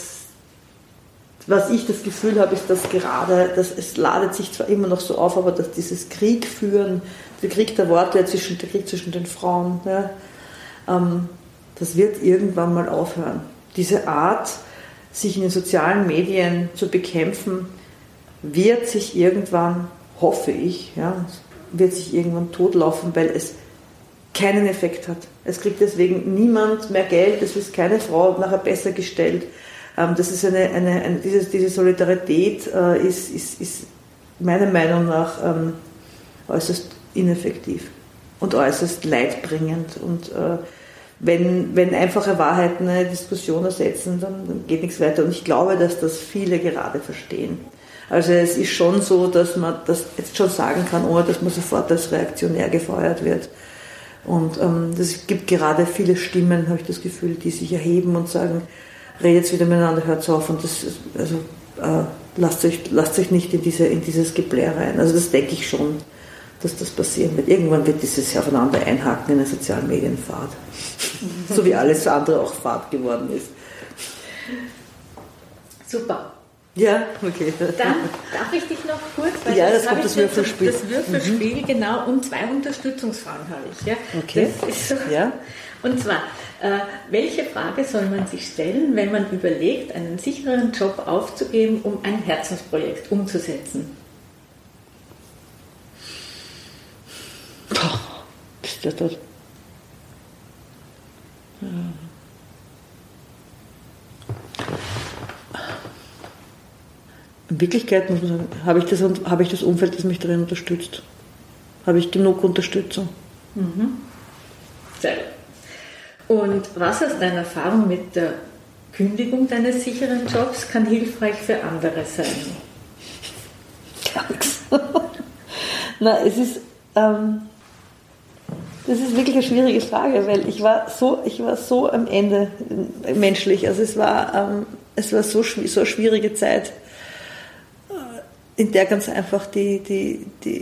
was ich das Gefühl habe, ist, dass es ladet sich zwar immer noch so auf, aber dass dieses Krieg führen, der Krieg der Worte, der Krieg zwischen den Frauen, ja, das wird irgendwann mal aufhören. Diese Art, sich in den sozialen Medien zu bekämpfen, wird sich irgendwann, hoffe ich, wird sich irgendwann totlaufen, weil es keinen Effekt hat. Es kriegt deswegen niemand mehr Geld, es ist keine Frau nachher besser gestellt. Das ist diese Solidarität ist meiner Meinung nach äußerst ineffektiv und äußerst leidbringend. Und wenn einfache Wahrheiten eine Diskussion ersetzen, dann geht nichts weiter. Und ich glaube, dass das viele gerade verstehen. Also es ist schon so, dass man das jetzt schon sagen kann, ohne dass man sofort als reaktionär gefeuert wird. Und es gibt gerade viele Stimmen, habe ich das Gefühl, die sich erheben und sagen, redet wieder miteinander, hört auf, und lasst euch nicht in dieses Geblär rein. Also das denke ich schon, dass das passieren wird. Irgendwann wird dieses Aufeinander einhaken in den sozialen Medien Fahrt. So wie alles andere auch Fahrt geworden ist. Super. Ja, okay. Dann darf ich dich noch kurz, weil das kommt das Würfelspiel. Das Würfelspiel, genau, und 2 Unterstützungsfragen habe ich. Ja? Okay. Das ist so. Ja. Und zwar, welche Frage soll man sich stellen, wenn man überlegt, einen sicheren Job aufzugeben, um ein Herzensprojekt umzusetzen? Ist das das? Ja. In Wirklichkeit muss man sagen, habe ich das Umfeld, das mich darin unterstützt? Habe ich genug Unterstützung? Sehr gut. Und was aus deiner Erfahrung mit der Kündigung deines sicheren Jobs kann hilfreich für andere sein? Gar nichts. Na, es ist, Das ist wirklich eine schwierige Frage, weil ich war so am Ende menschlich. Also es war so eine schwierige Zeit, in der ganz einfach diese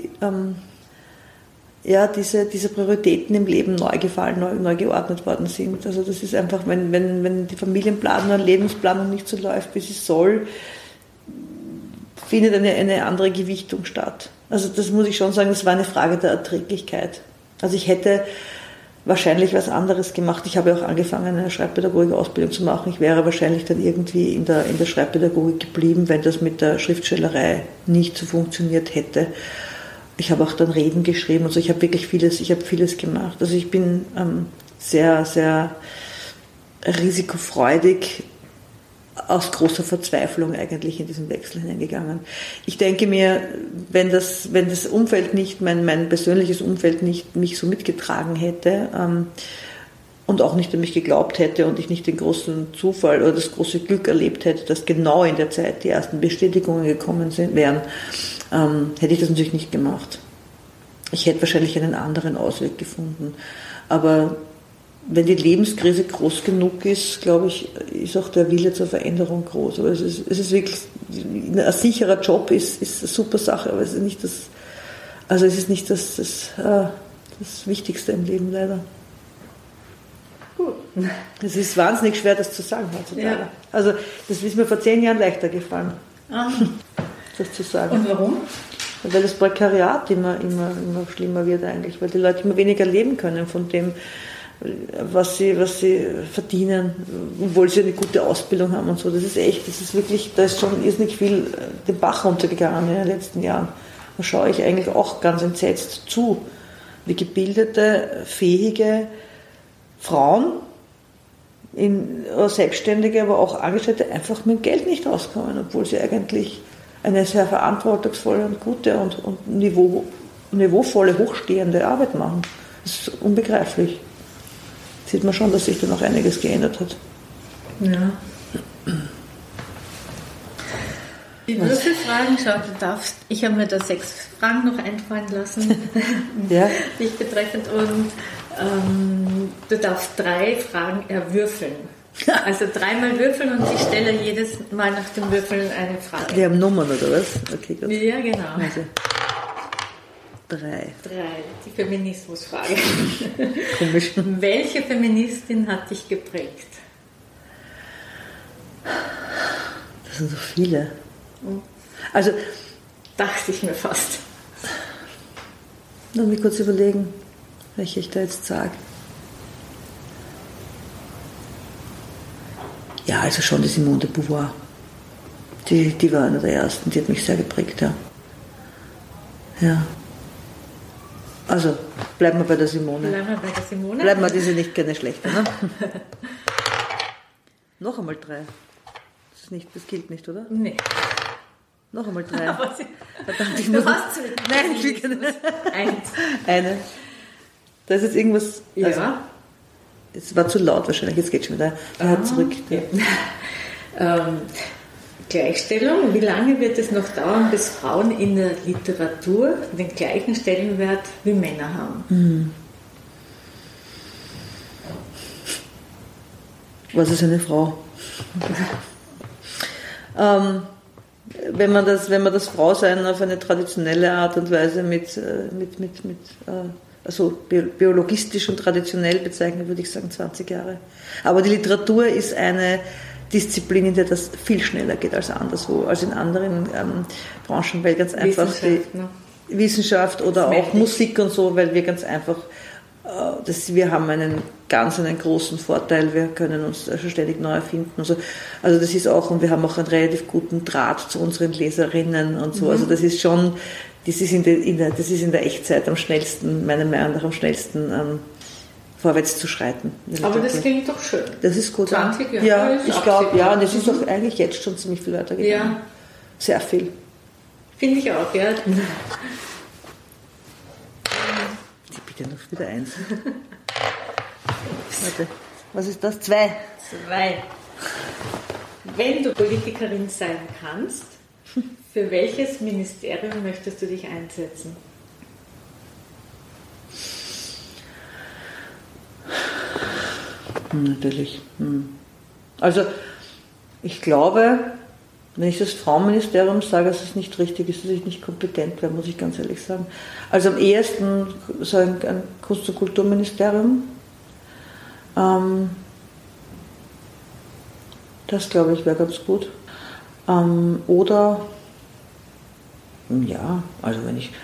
Prioritäten im Leben neu geordnet worden sind. Also das ist einfach, wenn die Familienplanung und Lebensplanung nicht so läuft, wie sie soll, findet eine andere Gewichtung statt. Also das muss ich schon sagen, das war eine Frage der Erträglichkeit. Also ich hätte wahrscheinlich was anderes gemacht. Ich habe ja auch angefangen, eine Schreibpädagogik-Ausbildung zu machen. Ich wäre wahrscheinlich dann irgendwie in der Schreibpädagogik geblieben, wenn das mit der Schriftstellerei nicht so funktioniert hätte. Ich habe auch dann Reden geschrieben und so. Ich habe vieles gemacht. Also ich bin sehr, sehr risikofreudig aus großer Verzweiflung eigentlich in diesen Wechsel hineingegangen. Ich denke mir, wenn das Umfeld nicht, mein persönliches Umfeld nicht mich so mitgetragen hätte und auch nicht an mich geglaubt hätte und ich nicht den großen Zufall oder das große Glück erlebt hätte, dass genau in der Zeit die ersten Bestätigungen gekommen wären, hätte ich das natürlich nicht gemacht. Ich hätte wahrscheinlich einen anderen Ausweg gefunden. Aber wenn die Lebenskrise groß genug ist, glaube ich, ist auch der Wille zur Veränderung groß. Aber es ist wirklich, ein sicherer Job ist eine super Sache, aber es ist nicht das Wichtigste im Leben leider. Gut. Es ist wahnsinnig schwer, das zu sagen heutzutage. Ja. Also das ist mir vor 10 Jahren leichter gefallen, das zu sagen. Und warum? Weil das Prekariat immer schlimmer wird eigentlich, weil die Leute immer weniger leben können von dem, was sie verdienen, obwohl sie eine gute Ausbildung haben und so. Da ist schon irrsinnig viel den Bach runtergegangen in den letzten Jahren. Da schaue ich eigentlich auch ganz entsetzt zu, wie gebildete, fähige Frauen, Selbstständige, aber auch Angestellte einfach mit Geld nicht auskommen, obwohl sie eigentlich eine sehr verantwortungsvolle und gute und niveauvolle, hochstehende Arbeit machen. Das ist unbegreiflich. Sieht man schon, dass sich da noch einiges geändert hat. Ja. Die Würfelfragen, ich habe mir da 6 Fragen noch einfallen lassen, ja. Dich betreffend, und du darfst 3 Fragen erwürfeln. Also 3-mal würfeln und ich stelle jedes Mal nach dem Würfeln eine Frage. Die haben Nummern oder was? Okay, gut. Ja, genau. Also 3, die Feminismusfrage. Komisch. Welche Feministin hat dich geprägt? Das sind so viele. Also, dachte ich mir fast. Lass mich kurz überlegen, welche ich da jetzt sage. Ja, also schon die Simone de Beauvoir. Die war eine der ersten, die hat mich sehr geprägt, ja. Ja. Also, bleiben wir bei der Simone. Bleiben wir diese nicht keine schlechte, ne? Noch einmal 3. Das gilt nicht, oder? Nee. Noch einmal 3. Du hast es. Nein, ich will keine. Eine. Da ist jetzt irgendwas. Ja. Also, es war zu laut wahrscheinlich, jetzt geht schon wieder. Zurück. Ja. Gleichstellung. Wie lange wird es noch dauern, bis Frauen in der Literatur den gleichen Stellenwert wie Männer haben? Was ist eine Frau? Wenn man das Frausein auf eine traditionelle Art und Weise also biologistisch und traditionell bezeichnet, würde ich sagen 20 Jahre. Aber die Literatur ist eine Disziplin, in der das viel schneller geht als anderswo, als in anderen Branchen, weil ganz einfach Wissenschaft oder auch Musik und so, weil wir ganz einfach, wir haben einen großen Vorteil, wir können uns ständig neu erfinden und so. Also das ist auch, und wir haben auch einen relativ guten Draht zu unseren Leserinnen und so. Also das ist schon, das ist in der Echtzeit am schnellsten, meiner Meinung nach am schnellsten vorwärts zu schreiten. Aber das klingt doch schön. Das ist gut. 20 Jahre. Ja, ich glaube, ja, und es ist auch eigentlich jetzt schon ziemlich viel weitergegangen. Ja. Sehr viel. Finde ich auch, ja. Bitte noch wieder 1. Warte, was ist das? 2. Wenn du Politikerin sein kannst, für welches Ministerium möchtest du dich einsetzen? Natürlich. Also ich glaube, wenn ich das Frauenministerium sage, dass es nicht richtig ist, dass ich nicht kompetent wäre, muss ich ganz ehrlich sagen. Also am ehesten so ein Kunst- und Kulturministerium. Das glaube ich wäre ganz gut. Oder ja, also wenn ich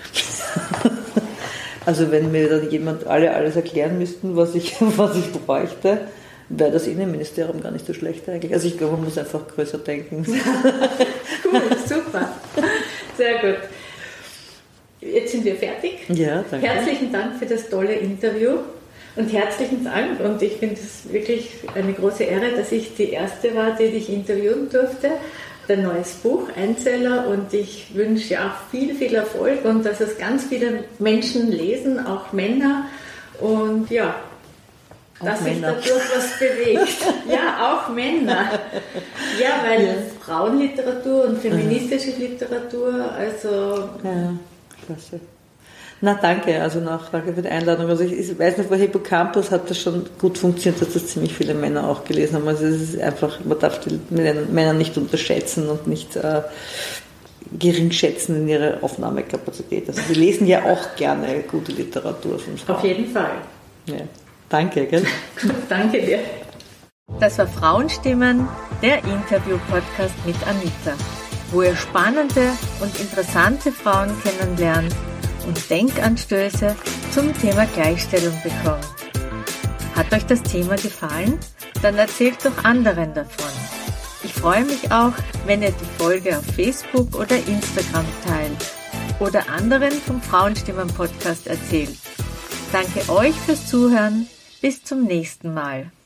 also wenn mir dann jemand alles erklären müssten, was ich bräuchte, wäre das Innenministerium gar nicht so schlecht eigentlich. Also ich glaube, man muss einfach größer denken. Cool, super. Sehr gut. Jetzt sind wir fertig. Ja, danke. Herzlichen Dank für das tolle Interview und herzlichen Dank. Und ich finde es wirklich eine große Ehre, dass ich die Erste war, die dich interviewen durfte. Dein neues Buch, Einzeller, und ich wünsche ja auch viel, viel Erfolg und dass es ganz viele Menschen lesen, auch Männer, und ja, auch dass Männer. Sich dadurch was bewegt. Ja, auch Männer. Ja, weil Frauenliteratur und feministische Literatur, also... Ja, klasse. Na danke, danke für die Einladung. Also ich weiß nicht, bei Hippocampus hat das schon gut funktioniert, dass das ziemlich viele Männer auch gelesen haben. Also es ist einfach, man darf die Männer nicht unterschätzen und nicht gering schätzen in ihrer Aufnahmekapazität. Also sie lesen ja auch gerne gute Literatur von Frauen. Auf jeden Fall. Ja. Danke, gell? Danke dir. Das war Frauenstimmen, der Interview-Podcast mit Anita, wo ihr spannende und interessante Frauen kennenlernt und Denkanstöße zum Thema Gleichstellung bekommt. Hat euch das Thema gefallen? Dann erzählt doch anderen davon. Ich freue mich auch, wenn ihr die Folge auf Facebook oder Instagram teilt oder anderen vom Frauenstimmen-Podcast erzählt. Danke euch fürs Zuhören. Bis zum nächsten Mal.